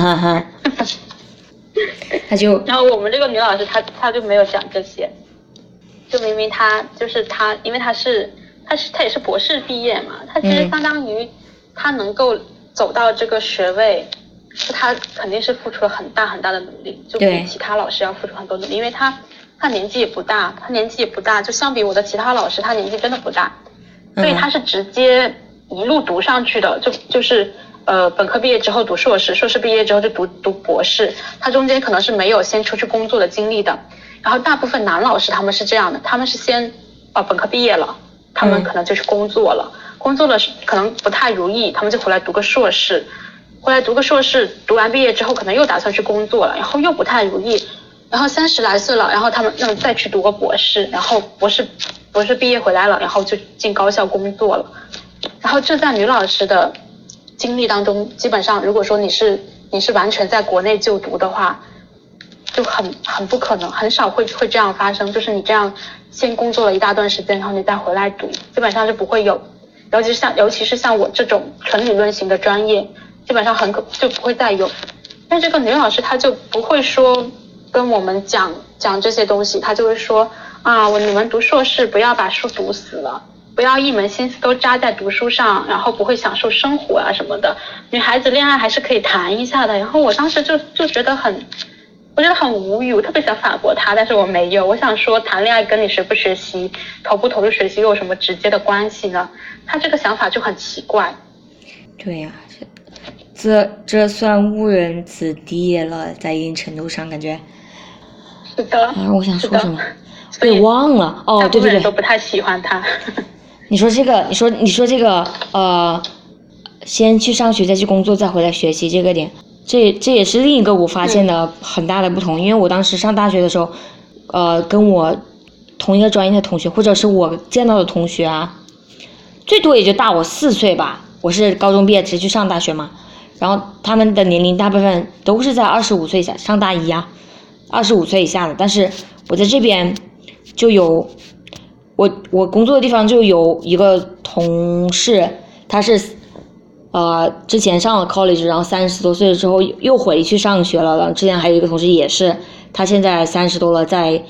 他就然后我们这个女老师她就没有讲这些，就明明她就是她，因为她也是博士毕业嘛，她其实相当于她能够走到这个学位，他肯定是付出了很大很大的努力，就比其他老师要付出很多努力，因为他年纪也不大，就相比我的其他老师，他年纪真的不大，所以他是直接一路读上去的，就是本科毕业之后读硕士，硕士毕业之后就读博士，他中间可能是没有先出去工作的经历的。然后大部分男老师他们是这样的，他们是先本科毕业了，他们可能就去工作了。工作了可能不太如意，他们就回来读个硕士，读完毕业之后可能又打算去工作了，然后又不太如意，然后30来岁了，然后他们再去读个博士，然后博士毕业回来了，然后就进高校工作了。然后这在女老师的经历当中，基本上如果说你是完全在国内就读的话，就很不可能，很少会这样发生，就是你这样先工作了一大段时间，然后你再回来读，基本上就不会有。尤其是像我这种纯理论型的专业，基本上就不会再有。但这个女老师她就不会说跟我们讲这些东西，她就会说你们读硕士不要把书读死了，不要一门心思都扎在读书上，然后不会享受生活啊什么的。女孩子恋爱还是可以谈一下的。然后我当时就觉得我觉得很无语，我特别想反驳他，但是我没有。我想说，谈恋爱跟你学不学习、投不投入学习又有什么直接的关系呢？他这个想法就很奇怪。 对呀，这算误人子弟了，在一定程度上感觉。 是的。 我想说什么？被忘了。对对对。 都不太喜欢他。 你说这个先去上学再去工作再回来学习这个点。这也是另一个我发现的很大的不同，因为我当时上大学的时候，跟我同一个专业的同学，或者是我见到的同学啊，最多也就大我4岁吧。我是高中毕业直接去上大学嘛，然后他们的年龄大部分都是在25岁以下，上大一啊，25岁以下的。但是我在这边就有我工作的地方就有一个同事，他是之前上了 college， 然后30多岁之后又回去上学了。然后之前还有一个同事也是，他现在30多了，在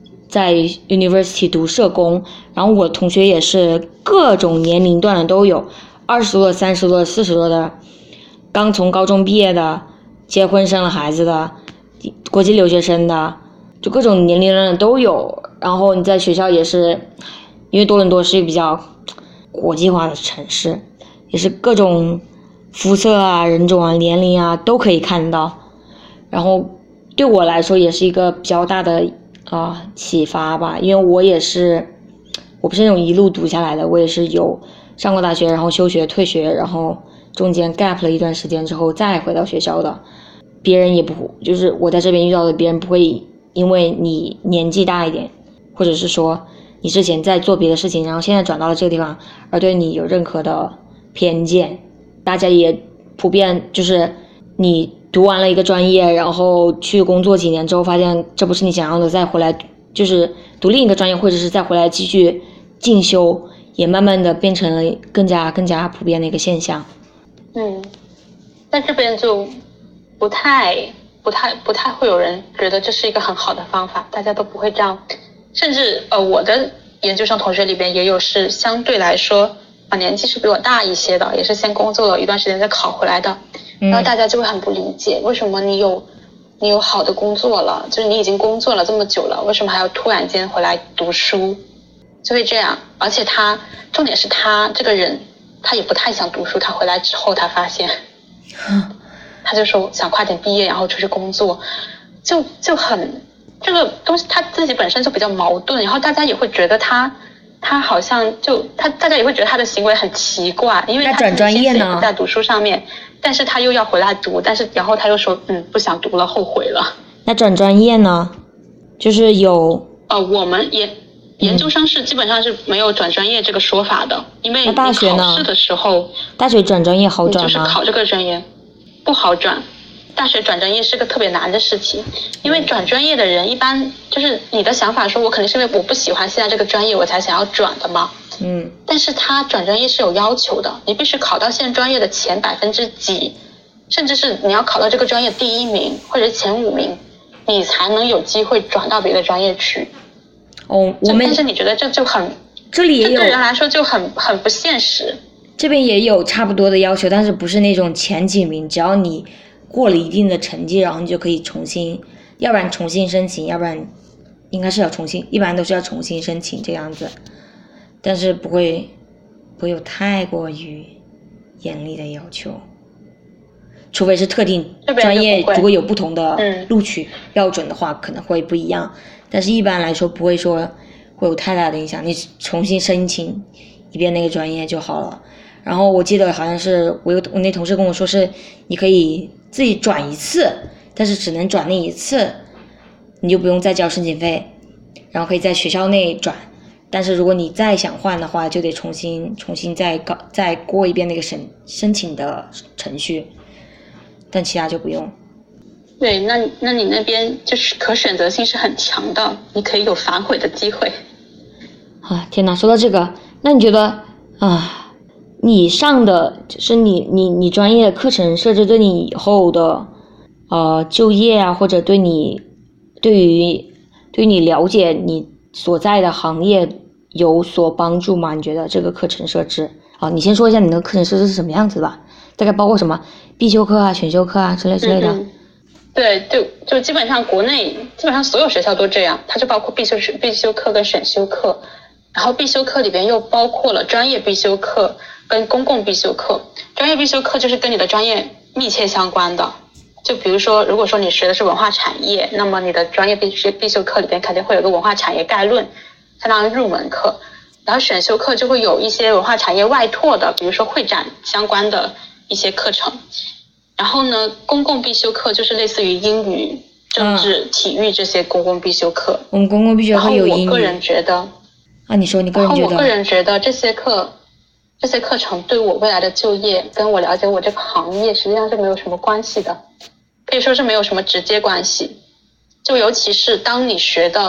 university 读社工。然后我同学也是各种年龄段的都有，20多的、30多的、40多的，刚从高中毕业的，结婚生了孩子的，国际留学生的，就各种年龄段的都有。然后你在学校也是，因为多伦多是一个比较国际化的城市，也是各种肤色啊、人种啊、年龄啊都可以看到。然后对我来说也是一个比较大的启发吧，因为我不是那种一路读下来的，我也是有上过大学，然后休学、退学，然后中间 gap 了一段时间之后再回到学校的。别人也不，就是我在这边遇到的别人不会因为你年纪大一点，或者是说你之前在做别的事情，然后现在转到了这个地方，而对你有任何的偏见。大家也普遍就是你读完了一个专业，然后去工作几年之后发现这不是你想要的，再回来就是读另一个专业，或者是再回来继续进修，也慢慢的变成了更加普遍的一个现象。 在这边就不太会有人觉得这是一个很好的方法，大家都不会这样。甚至我的研究生同学里边也有是相对来说年纪是比我大一些的，也是先工作了一段时间再考回来的。然后大家就会很不理解，为什么你有好的工作了，就是你已经工作了这么久了，为什么还要突然间回来读书？就会这样。而且重点是他这个人他也不太想读书，他回来之后他发现他就说想快点毕业然后出去工作，就很这个东西他自己本身就比较矛盾。然后大家也会觉得他好像大家也会觉得他的行为很奇怪，因为他转专业呢在读书上面，但是他又要回来读，然后他又说不想读了，后悔了。 那转专业呢？就是有我们研究生是基本上是没有转专业这个说法的，因为你考试的时候， 大学转专业好转吗？ 就是考这个专业不好转。大学转专业是个特别难的事情，因为转专业的人一般就是你的想法说我肯定是因为我不喜欢现在这个专业我才想要转的嘛。但是他转专业是有要求的，你必须考到现专业的前几%，甚至是你要考到这个专业第1名或者前5名，你才能有机会转到别的专业去。但是你觉得这里也有，对人来说就很不现实。 这边也有差不多的要求，但是不是那种前几名，只要你过了一定的成绩，然后你就可以要不然重新申请，要不然应该是要一般都是要重新申请这样子。但是不会有太过于严厉的要求，除非是特定专业如果有不同的录取标准的话可能会不一样，但是一般来说不会说会有太大的影响，你重新申请一遍那个专业就好了。然后我记得好像是我那同事跟我说是你可以自己转一次，但是只能转那一次，你就不用再交申请费，然后可以在学校内转。但是如果你再想换的话，就得重新再过一遍那个申请的程序，但其他就不用。 对，那你那边就是可选择性是很强的，你可以有反悔的机会。 天哪，说到这个，那你觉得你上的就是你专业的课程设置对你以后的就业啊，或者对于你了解你所在的行业有所帮助吗？你觉得这个课程设置你先说一下你的课程设置是什么样子吧，大概包括什么必修课啊、选修课啊之类的。 对，就基本上国内基本上所有学校都这样，它就包括必修课跟选修课，然后必修课里边又包括了专业必修课跟公共必修课。专业必修课就是跟你的专业密切相关的，就比如说如果说你学的是文化产业，那么你的专业必修课里边肯定会有个文化产业概论，相当于入门课。然后选修课就会有一些文化产业外拓的，比如说会展相关的一些课程。然后呢，公共必修课就是类似于英语、政治、体育这些公共必修课。 我们公共必修课有英语。 然后我个人觉得你说你个人觉得？ 然后我个人觉得这些课程对我未来的就业跟我了解我这个行业实际上是没有什么关系的，可以说是没有什么直接关系。就尤其是当你学的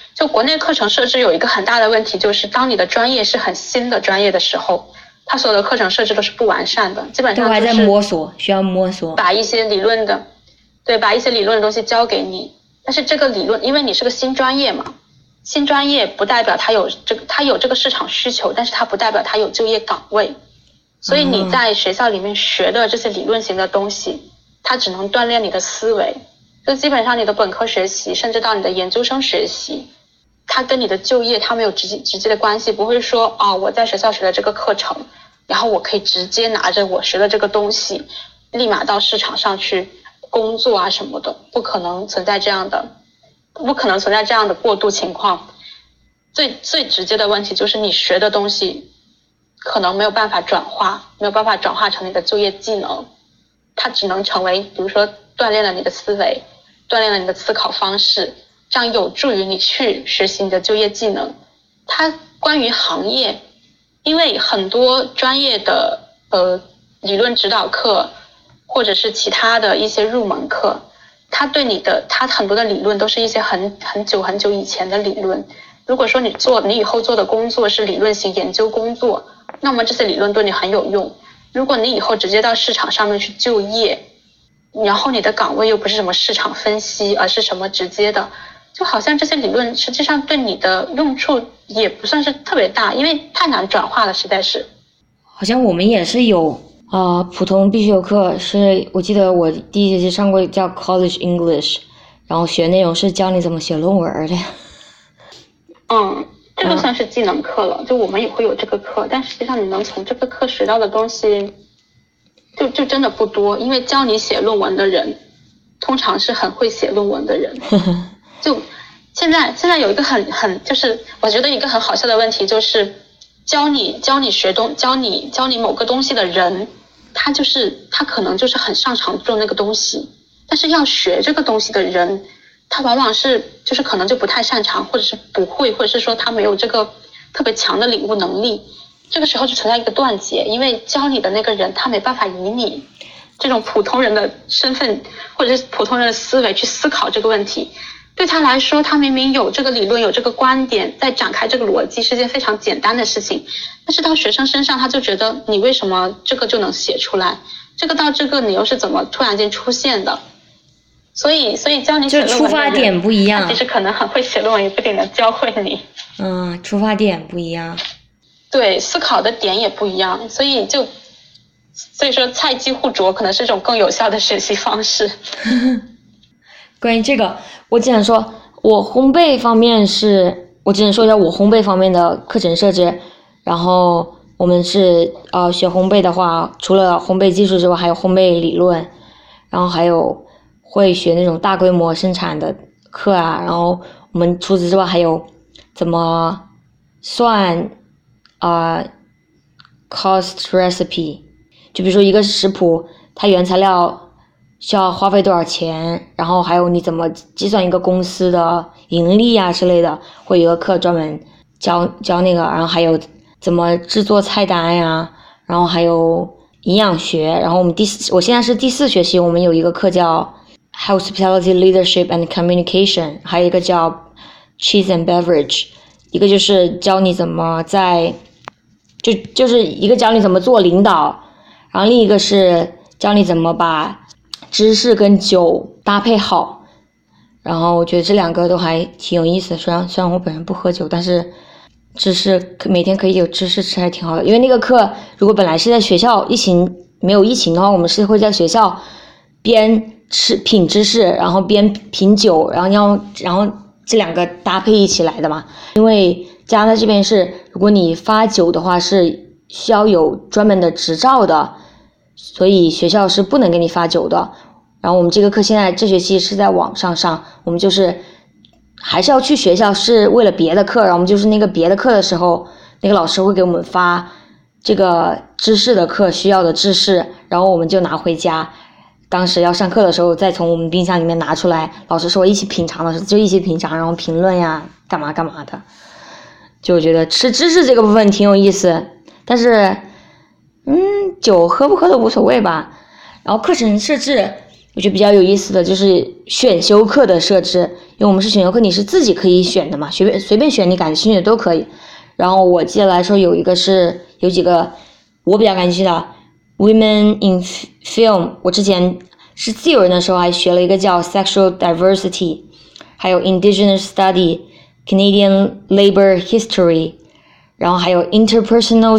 就国内课程设置有一个很大的问题，就是当你的专业是很新的专业的时候，它所有的课程设置都是不完善的，基本上都还在摸索，需要摸索， 把一些理论的东西教给你。但是这个理论，因为你是个新专业嘛，新专业不代表它有这个市场需求，但是它不代表它有就业岗位。所以你在学校里面学的这些理论型的东西，它只能锻炼你的思维。就基本上你的本科学习，甚至到你的研究生学习，它跟你的就业它没有直接的关系，不会说我在学校学的这个课程，然后我可以直接拿着我学的这个东西，立马到市场上去工作啊什么的，不可能存在这样的过渡情况。最直接的问题就是你学的东西可能没有办法转化成你的就业技能，它只能成为比如说锻炼了你的思维，锻炼了你的思考方式，这样有助于你去学习你的就业技能。它关于行业，因为很多专业的理论指导课或者是其他的一些入门课，它很多的理论都是一些很久以前的理论。如果说你以后做的工作是理论型研究工作，那么这些理论对你很有用。如果你以后直接到市场上面去就业，然后你的岗位又不是什么市场分析，而是什么直接的，就好像这些理论实际上对你的用处也不算是特别大，因为太难转化了，实在是。 好像我们也是有普通必修课，是我记得我第一学期上过叫 College English， 然后学内容是教你怎么写论文的。 这个算是技能课了，就我们也会有这个课，但实际上你能从这个课学到的东西就真的不多，因为教你写论文的人通常是很会写论文的人。就现在有一个就是我觉得一个很好笑的问题，就是教你某个东西的人，他可能就是很擅长做那个东西，但是要学这个东西的人，他往往是就是可能就不太擅长，或者是不会，或者是说他没有这个特别强的领悟能力。这个时候就存在一个断节，因为教你的那个人他没办法以你这种普通人的身份或者是普通人的思维去思考这个问题。对他来说，他明明有这个理论，有这个观点，在展开这个逻辑是件非常简单的事情，但是到学生身上他就觉得你为什么这个就能写出来，这个到这个你又是怎么突然间出现的。所以教你写论文的人， 就出发点不一样， 其实可能很会写论文，也不一定能教会你。 出发点不一样， 对，思考的点也不一样，所以说菜鸡互啄可能是一种更有效的学习方式。 关于这个，我只能说一下我烘焙方面的课程设置。然后我们是学烘焙的话，除了烘焙技术之外，还有烘焙理论，然后还有会学那种大规模生产的课啊。然后我们除此之外还有怎么算cost recipe， 就比如说一个食谱，它原材料需要花费多少钱，然后还有你怎么计算一个公司的盈利啊之类的，会有一个课专门教那个。然后还有怎么制作菜单呀，然后还有营养学。然后我现在是第4学期，我们有一个课叫 Hospitality Leadership and Communication， 还有一个叫 Cheese and Beverage， 一个就是教你怎么就是一个教你怎么做领导，然后另一个是教你怎么把知识跟酒搭配好。然后我觉得这2个都还挺有意思的，虽然我本人不喝酒，但是知识每天可以有知识吃还挺好的。因为那个课如果本来是在学校没有疫情的话，我们是会在学校边品知识，然后边品酒，然后这2个搭配一起来的嘛。因为加拿大这边是如果你发酒的话是需要有专门的执照的，所以学校是不能给你发酒的。然后我们这个课现在这学期是在网上上，我们就是还是要去学校，是为了别的课。然后我们就是那个别的课的时候，那个老师会给我们发这个知识的课需要的知识，然后我们就拿回家，当时要上课的时候再从我们冰箱里面拿出来，老师说一起品尝的时候就一起品尝，然后评论呀干嘛的。就我觉得吃知识这个部分挺有意思，但是酒喝不喝都无所谓吧。然后课程设置我觉得比较有意思的就是选修课的设置，因为我们是选修课，你是自己可以选的嘛，随便选你感兴趣的都可以。然后我记得来说有几个我比较感兴趣的 Women in Film， 我之前是自由人的时候还学了一个叫 Sexual Diversity， 还有 Indigenous Study、Canadian Labor History， 然后还有 Interpersonal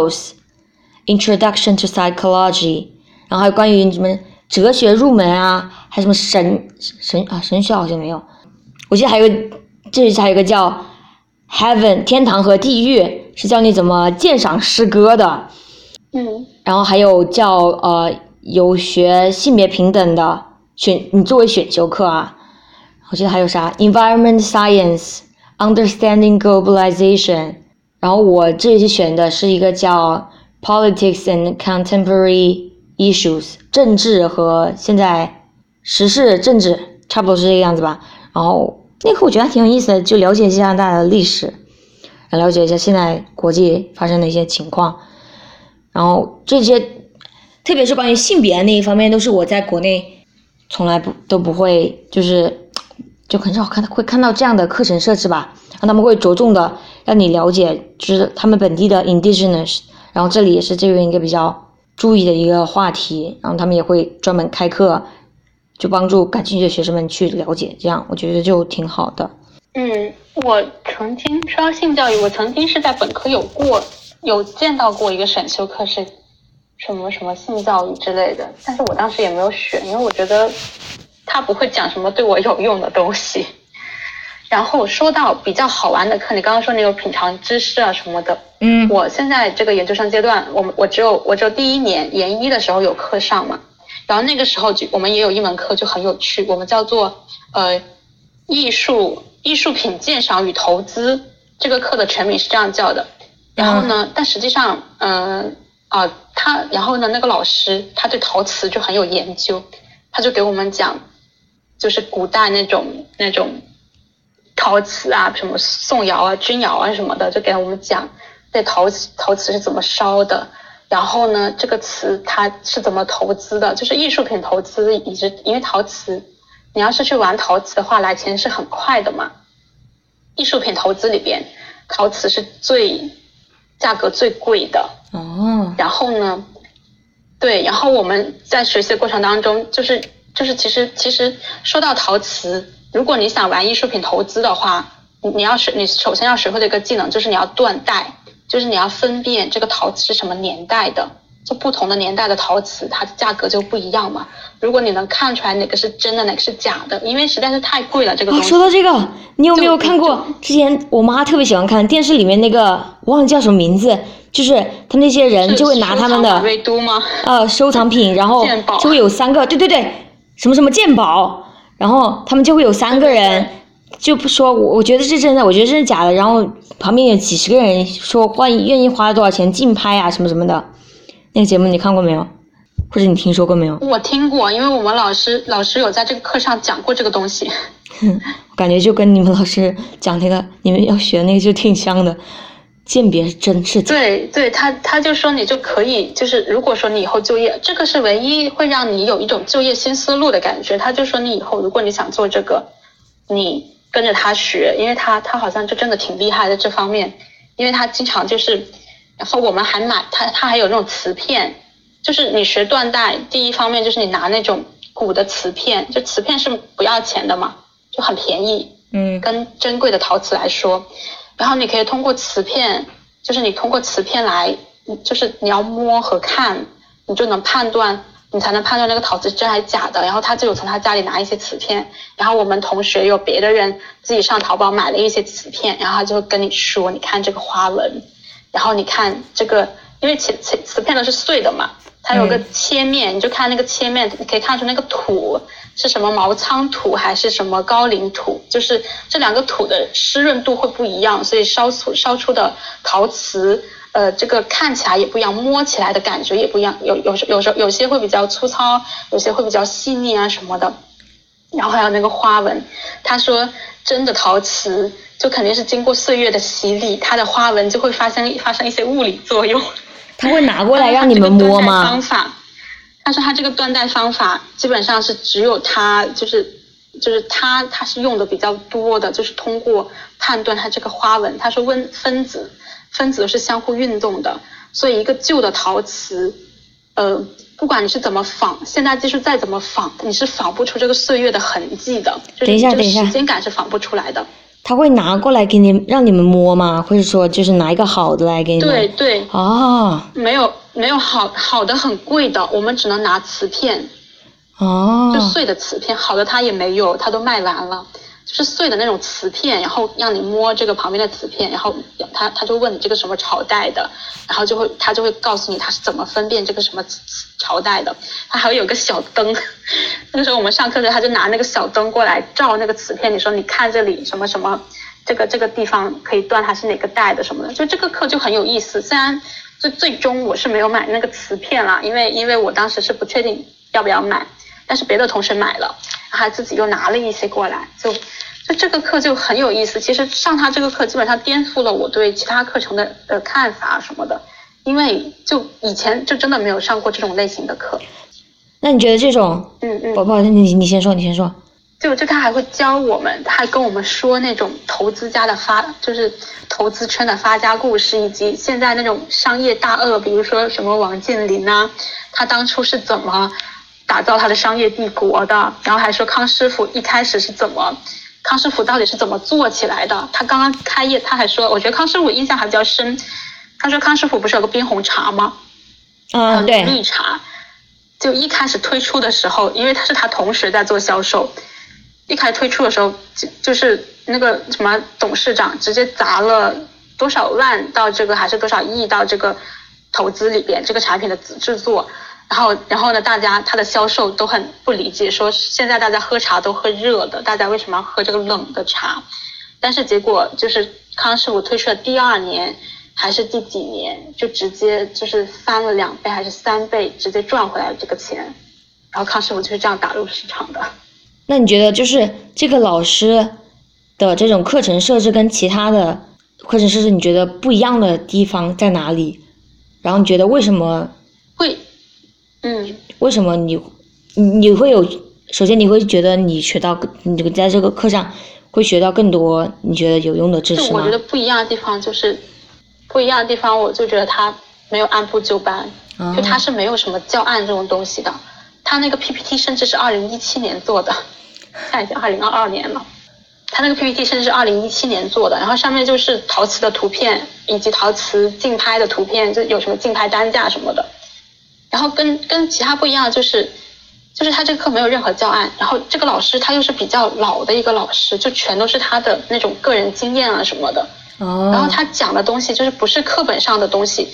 Skills、Introduction to Psychology， 然后还有关于什么哲学入门啊，还有什么神学好像没有，我记得还有一个叫 Heaven 天堂和地狱，是教你怎么鉴赏诗歌的。然后还有叫有学性别平等的你作为选修课啊，我记得还有啥 Environment Science Understanding Globalization， 然后我这一期选的是一个叫 Politics and Contemporary Issues， 政治和现在时事政治，差不多是这个样子吧。然后那课我觉得还挺有意思的，就了解加拿大的历史，了解一下现在国际发生的一些情况。然后这些特别是关于性别那一方面，都是我在国内从来都不会，就很少会看到这样的课程设置吧。然后他们会着重的让你了解就是他们本地的 Indigenous， 然后这里也是这边一个比较注意的一个话题，然后他们也会专门开课，就帮助感兴趣的学生们去了解，这样我觉得就挺好的。 我曾经说到性教育，我曾经是在本科有见到过一个选修课是什么性教育之类的，但是我当时也没有选，因为我觉得他不会讲什么对我有用的东西。然后说到比较好玩的课，你刚刚说那个品尝知识啊什么的，我现在这个研究生阶段，我只有第一年研一的时候有课上嘛，然后那个时候我们也有一门课就很有趣，我们叫做艺术品鉴赏与投资，这个课的全名是这样叫的。然后呢，但实际上然后呢那个老师他对陶瓷就很有研究，他就给我们讲就是古代那种陶瓷啊，什么宋窑啊钧窑啊什么的，就给我们讲对陶瓷是怎么烧的，然后呢这个瓷它是怎么投资的，就是艺术品投资，因为陶瓷你要是去玩陶瓷的话来钱是很快的嘛，艺术品投资里边陶瓷是价格最贵的。然后呢对，然后我们在学习的过程当中就是其实说到陶瓷，如果你想玩艺术品投资的话，你首先要学会的一个技能就是你要断代，就是你要分辨这个陶瓷是什么年代的，就不同的年代的陶瓷它的价格就不一样嘛。如果你能看出来哪个是真的哪个是假的，因为实在是太贵了这个东西。 说到这个，你有没有看过之前我妈特别喜欢看电视里面那个我忘了叫什么名字，就是他们那些人就会拿他们的收藏品，然后就会有3个对什么鉴宝，然后他们就会有3个人就不说我觉得是真的，我觉得这是假的，然后旁边有几十个人说愿意花多少钱竞拍啊什么什么的。那个节目你看过没有？或者你听说过没有？ 我听过，因为我们老师有在这个课上讲过这个东西。 我感觉就跟你们老师讲那个你们要学那个就挺像的，鉴别真是假。 对，他就说你就可以，就是如果说你以后就业，这个是唯一会让你有一种就业新思路的感觉。他就说你以后如果你想做这个，你跟着他学，因为他好像就真的挺厉害的这方面，因为他经常就是，然后我们还买他还有那种瓷片。就是你学断代，第一方面就是你拿那种古的瓷片，就瓷片是不要钱的嘛，就很便宜，跟珍贵的陶瓷来说，然后你可以通过瓷片，就是你通过瓷片来，就是你要摸和看，你就能判断，你才能判断那个陶瓷是真还是假的。然后他就有从他家里拿一些瓷片，然后我们同学有别的人自己上淘宝买了一些瓷片，然后他就会跟你说，你看这个花纹，然后你看这个，因为瓷片都是碎的嘛。它有个切面，你就看那个切面，你可以看出那个土是什么毛苍土还是什么高岭土，就是这2个土的湿润度会不一样，所以烧出的陶瓷，这个看起来也不一样，摸起来的感觉也不一样，有些会比较粗糙，有些会比较细腻啊什么的。然后还有那个花纹，他说真的陶瓷就肯定是经过岁月的洗礼，它的花纹就会发生一些物理作用。 他会拿过来让你们摸吗？ 方法， 他说他这个缎带方法基本上是只有他就是他是用的比较多的，就是通过判断它这个花纹。他说分子是相互运动的，所以一个旧的陶瓷，不管你是怎么仿，现代技术再怎么仿，你是仿不出这个岁月的痕迹的。 等一下， 时间感是仿不出来的。 他会拿过来给你让你们摸吗？或者说就是拿一个好的来给你们？ 对。 哦。 没有好的很贵的，我们只能拿瓷片。 哦。 就碎的瓷片，好的它也没有，它都卖完了。就是碎的那种瓷片，然后让你摸这个旁边的瓷片，然后他就问你这个什么朝代的，然后他就会告诉你他是怎么分辨这个什么朝代的。他还会有个小灯，那个时候我们上课的时候他就拿那个小灯过来照那个瓷片，你说你看这里什么什么，这个地方可以断它是哪个代的什么的。就这个课就很有意思，虽然最终我是没有买那个瓷片啦，因为我当时是不确定要不要买，但是别的同学买了，他自己又拿了一些过来，就这个课就很有意思。其实上他这个课基本上颠覆了我对其他课程的看法什么的，因为就以前就真的没有上过这种类型的课。 那你觉得这种不好意思，你先说。 就他还会教我们，他还跟我们说那种投资家的就是投资圈的发家故事，以及现在那种商业大鳄，比如说什么王健林啊，他当初是怎么打造他的商业帝国的，然后还说康师傅一开始是康师傅到底是怎么做起来的。他刚刚开业，他还说，我觉得康师傅印象还比较深，他说康师傅不是有个冰红茶吗？ 对， 绿茶。就一开始推出的时候，因为他是他同学在做销售，一开始推出的时候就是那个什么董事长直接砸了多少万到这个还是多少亿到这个投资里边，这个产品的制作。然后呢，他的销售都很不理解，说现在大家喝茶都喝热的，大家为什么要喝这个冷的茶？但是结果就是康师傅推出的第2年还是第几年，就直接就是翻了2倍还是3倍，直接赚回来了这个钱。然后康师傅就是这样打入市场的。 那你觉得就是这个老师的这种课程设置跟其他的课程设置，你觉得不一样的地方在哪里？然后你觉得为什么为什么你会有，首先你会觉得你在这个课上会学到更多你觉得有用的知识吗？ 我觉得不一样的地方，我就觉得他没有按部就班，就他是没有什么教案这种东西的。他那个 PPT 甚至是2017年做的，现在已经2022年了。他那个 PPT 甚至是2017年做的，然后上面就是陶瓷的图片以及陶瓷竞拍的图片，就有什么竞拍单价什么的。然后跟其他不一样的就是他这个课没有任何教案，然后这个老师他又是比较老的一个老师，就全都是他的那种个人经验啊什么的。然后他讲的东西就是不是课本上的东西，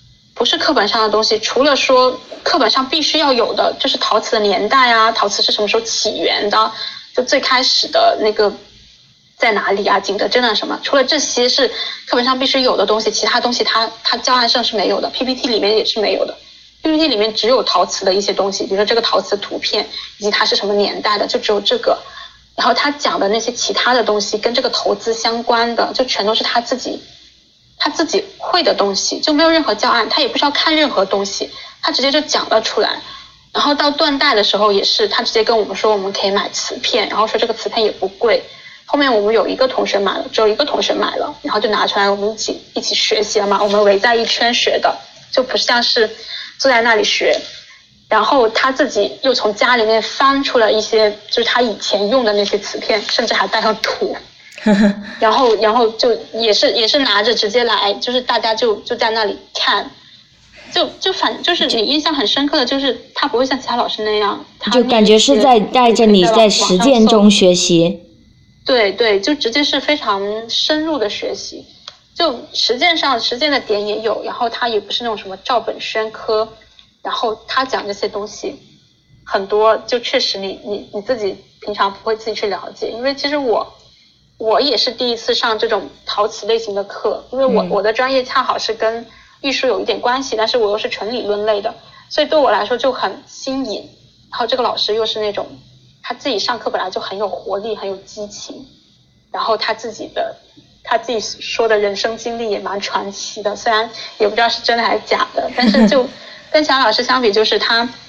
除了说课本上必须要有的，就是陶瓷的年代啊，陶瓷是什么时候起源的，就最开始的那个在哪里啊，景德镇啊什么，除了这些是课本上必须有的东西，其他东西他教案上是没有的， PPT 里面也是没有的。PPT 里面只有陶瓷的一些东西，比如说这个陶瓷图片以及它是什么年代的，就只有这个。然后他讲的那些其他的东西跟这个投资相关的，就全都是他自己会的东西，就没有任何教案，他也不需要看任何东西，他直接就讲了出来。然后到缎带的时候也是，他直接跟我们说我们可以买瓷片，然后说这个瓷片也不贵。后面我们有一个同学买了，只有一个同学买了，然后就拿出来我们一起学习了嘛，我们围在一圈学的，就不像是坐在那里学。然后他自己又从家里面翻出了一些就是他以前用的那些瓷片，甚至还带上土然后就也是拿着直接来，就是大家就在那里看，就是你印象很深刻的就是他不会像其他老师那样， 就感觉是在带着你在实践中学习。 对，就直接是非常深入的学习，就实践的点也有，然后他也不是那种什么照本宣科，然后他讲这些东西很多就确实你自己平常不会自己去了解。因为其实我也是第一次上这种陶瓷类型的课，因为我的专业恰好是跟艺术有一点关系，但是我又是纯理论类的，所以对我来说就很新颖。然后这个老师又是那种他自己上课本来就很有活力很有激情，然后他自己说的人生经历也蛮传奇的，虽然也不知道是真的还是假的，但是就跟其他老师相比，就是他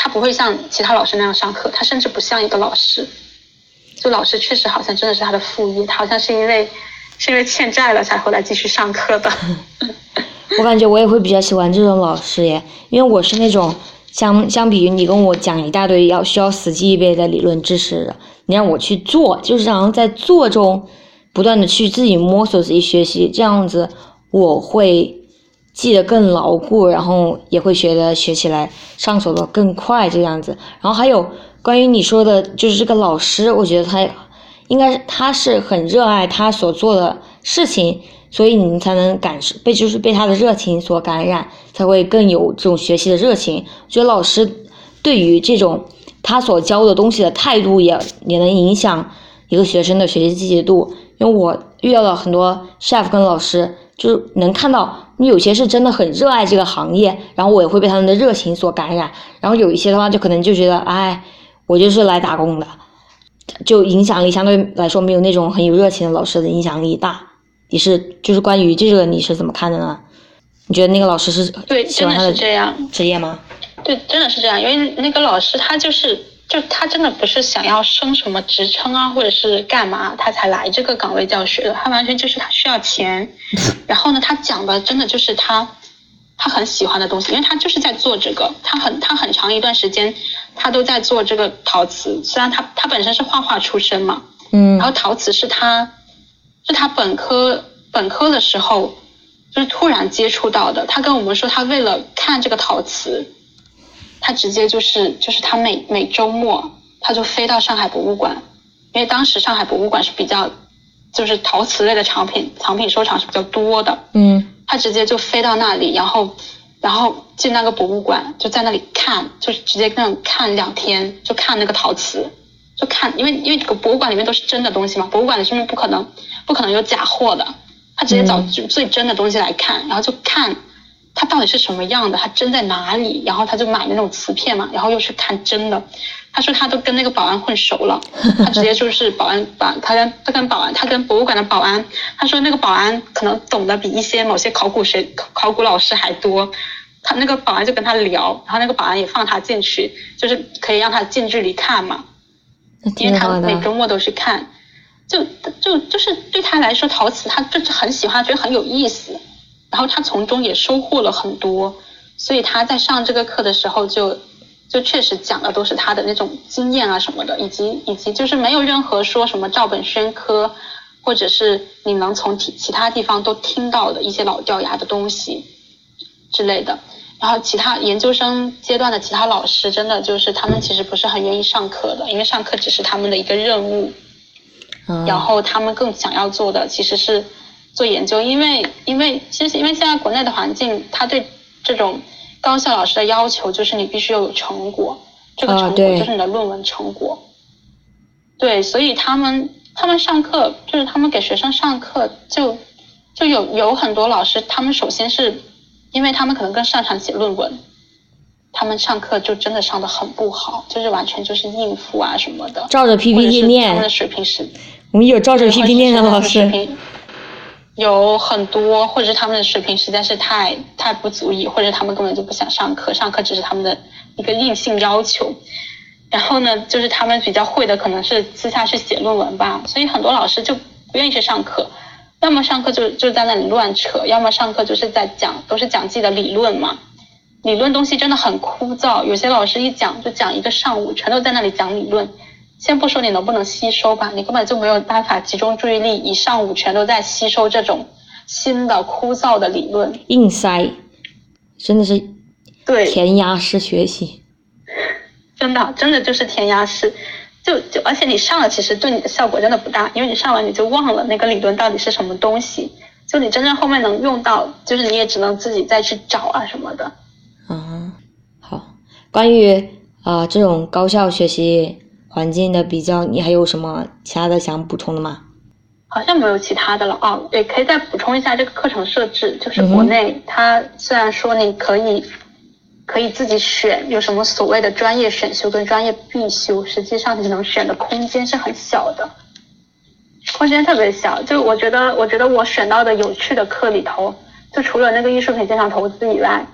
他不会像其他老师那样上课，他甚至不像一个老师。就老师确实好像真的是他的副业，他好像是因为欠债了才后来继续上课的。 我感觉我也会比较喜欢这种老师耶，因为我是那种相比于你跟我讲一大堆需要死记硬背的理论知识的，你让我去做，就是然后在做中不断的去自己摸索、自己学习，这样子我会记得更牢固，然后也会学起来上手的更快这样子。然后还有关于你说的，就是这个老师，我觉得他是很热爱他所做的事情，所以你才能被他的热情所感染，才会更有这种学习的热情。我觉得老师对于这种他所教的东西的态度也能影响一个学生的学习积极度。因为我遇到了很多 chef 跟老师，就能看到你有些是真的很热爱这个行业，然后我也会被他们的热情所感染，然后有一些的话就可能就觉得我就是来打工的，就影响力相对来说没有那种很有热情的老师的影响力大。就是关于这个你是怎么看的呢？你觉得那个老师是喜欢他的职业吗？ 对，真的是这样。因为那个老师他就他真的不是想要升什么职称啊，或者是干嘛他才来这个岗位教学的，他完全就是他需要钱。然后呢，他讲的真的就是他很喜欢的东西，因为他就是在做这个，他很长一段时间他都在做这个陶瓷。虽然他本身是画画出身嘛，然后陶瓷是他本科的时候就是突然接触到的。他跟我们说，他为了看这个陶瓷，他直接就是他每周末他就飞到上海博物馆，因为当时上海博物馆是比较就是陶瓷类的藏品收藏是比较多的。他直接就飞到那里，然后进那个博物馆，就在那里看，就是直接那种看2天，就看那个陶瓷，就看，因为这个博物馆里面都是真的东西嘛，博物馆里面不可能有假货的，他直接找最真的东西来看，然后就看它到底是什么样的，它真在哪里，然后他就买那种瓷片嘛，然后又去看真的。他说他都跟那个保安混熟了，他直接就是他跟博物馆的保安，他说那个保安可能懂得比某些考古老师还多。他那个保安就跟他聊，然后那个保安也放他进去，就是可以让他近距离看嘛，因为他每周末都去看。就是对他来说，陶瓷他就是很喜欢，觉得很有意思，然后他从中也收获了很多，所以他在上这个课的时候就确实讲的都是他的那种经验啊什么的，以及就是没有任何说什么照本宣科，或者是你能从其他地方都听到的一些老掉牙的东西之类的。然后其他研究生阶段的其他老师真的就是他们其实不是很愿意上课的，因为上课只是他们的一个任务。然后他们更想要做的其实是做研究，因为现在国内的环境，他对这种高校老师的要求就是你必须要有成果，这个成果就是你的论文成果。对，所以他们上课就是他们给学生上课就有很多老师，他们首先是因为他们可能更擅长写论文，他们上课就真的上得很不好，就是完全就是应付啊什么的， 照着 PPT 念。 他们的水平是， 我们有照着 PPT 念的老师， 有很多，或者是他们的水平实在是太不足以，或者他们根本就不想上课，上课只是他们的一个硬性要求。然后呢，就是他们比较会的可能是私下去写论文吧，所以很多老师就不愿意去上课，要么上课就在那里乱扯，要么上课就是在都是讲自己的理论嘛。理论东西真的很枯燥，有些老师一讲就讲一个上午，全都在那里讲理论。先不说你能不能吸收吧，你根本就没有办法集中注意力，一上午全都在吸收这种新的枯燥的理论， 硬塞，真的是对填鸭式学习， 真的就是填鸭式，就而且你上了其实对你的效果真的不大，因为你上完你就忘了那个理论到底是什么东西，就你真正后面能用到，就是你也只能自己再去找啊什么的。 好，关于这种高校学习环境的比较，你还有什么其他的想补充的吗？ 好像没有其他的了哦，也可以再补充一下这个课程设置，就是国内它虽然说你可以自己选有什么所谓的专业选修跟专业必修，实际上你能选的空间是很小的，空间特别小。就我觉得我选到的有趣的课里头，就除了那个艺术品鉴赏投资以外，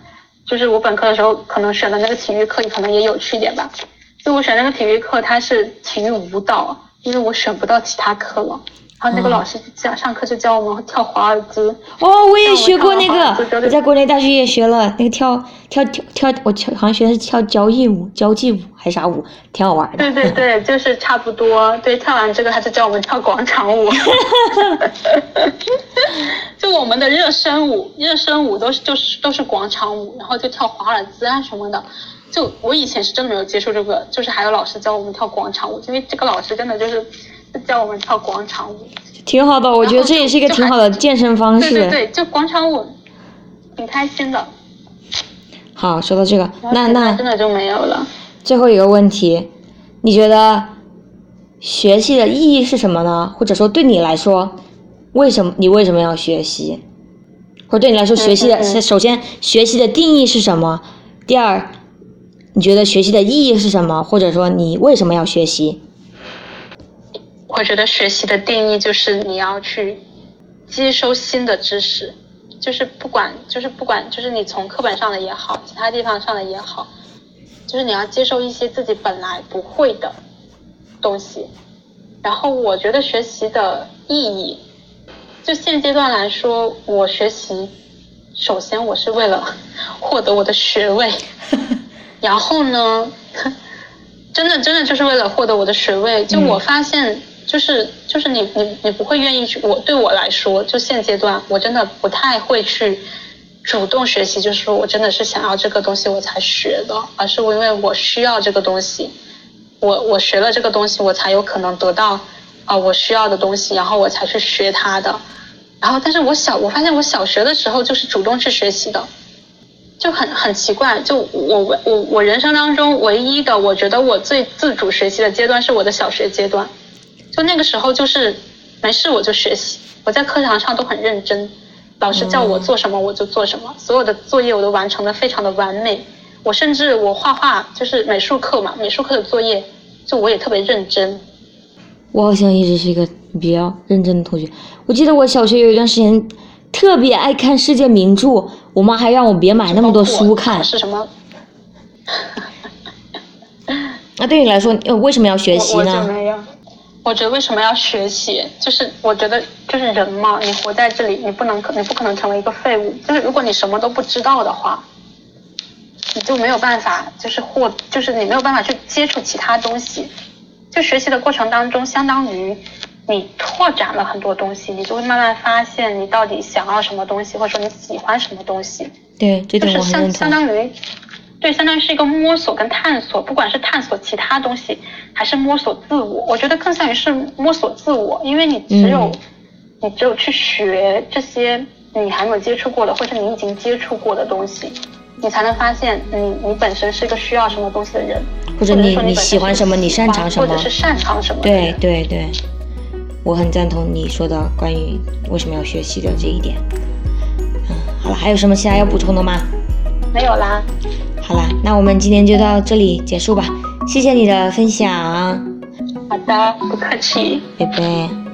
就是我本科的时候可能选的那个体育课可能也有趣一点吧。就我选那个体育课，它是体育舞蹈，因为我选不到其他课了。然后那个老师上课就教我们跳华尔兹。 哦，我也学过那个，我在国内大学也学了那个跳，我好像学的是跳交际舞还是啥舞，挺好玩的。 对对对，就是差不多。对，跳完这个他就教我们跳广场舞。就我们的热身舞都是广场舞，然后就跳华尔兹啊什么的。就我以前是真的没有接触这个，就是还有老师教我们跳广场舞，因为这个老师真的就是教我们跳广场舞， 挺好的。我觉得这也是一个挺好的健身方式。 对对对，就广场舞挺开心的。 好，说到这个，那真的就没有了。 最后一个问题，你觉得学习的意义是什么呢？或者说对你来说，你为什么要学习？或者对你来说，学习的首先学习的定义是什么？第二，你觉得学习的意义是什么？或者说你为什么要学习？ 我觉得学习的定义就是你要去接收新的知识，就是不管就是你从课本上的也好，其他地方上的也好，就是你要接受一些自己本来不会的东西。然后我觉得学习的意义，就现阶段来说，我学习首先我是为了获得我的学位。然后呢，真的就是为了获得我的学位。就我发现，就是你不会愿意去。对我来说，就现阶段，我真的不太会去主动学习，就是说我真的是想要这个东西我才学的，而是因为我需要这个东西，我学了这个东西，我才有可能得到我需要的东西，然后我才去学它的。然后，但是我发现我小学的时候就是主动去学习的。就很奇怪，就我人生当中唯一的，我觉得我最自主学习的阶段是我的小学阶段。就那个时候就是没事我就学习，我在课堂上都很认真，老师叫我做什么我就做什么，所有的作业我都完成得非常的完美。我甚至我画画就是美术课的作业，就我也特别认真。 我好像一直是一个比较认真的同学。我记得我小学有一段时间特别爱看世界名著，我妈还让我别买那么多书看。 是什么？ 那对你来说，为什么要学习呢？ 我就没有。我觉得为什么要学习，就是我觉得就是人嘛，你活在这里，你不可能成为一个废物。就是如果你什么都不知道的话，你就没有办法，就是你没有办法去接触其他东西。就学习的过程当中，相当于你拓展了很多东西，你就会慢慢发现你到底想要什么东西，或者说你喜欢什么东西。 对，这点我很认同。 相当于是一个摸索跟探索，不管是探索其他东西，还是摸索自我。我觉得更像于是摸索自我，因为你只有去学这些你还没有接触过的，或者你已经接触过的东西，你才能发现你本身是一个需要什么东西的人， 或者你喜欢什么，你擅长什么， 或者是擅长什么。 对对对，我很赞同你说的关于为什么要学习的这一点。好了，还有什么其他要补充的吗？ 没有啦。 好啦，那我们今天就到这里结束吧。谢谢你的分享。 好的，不客气。 拜拜。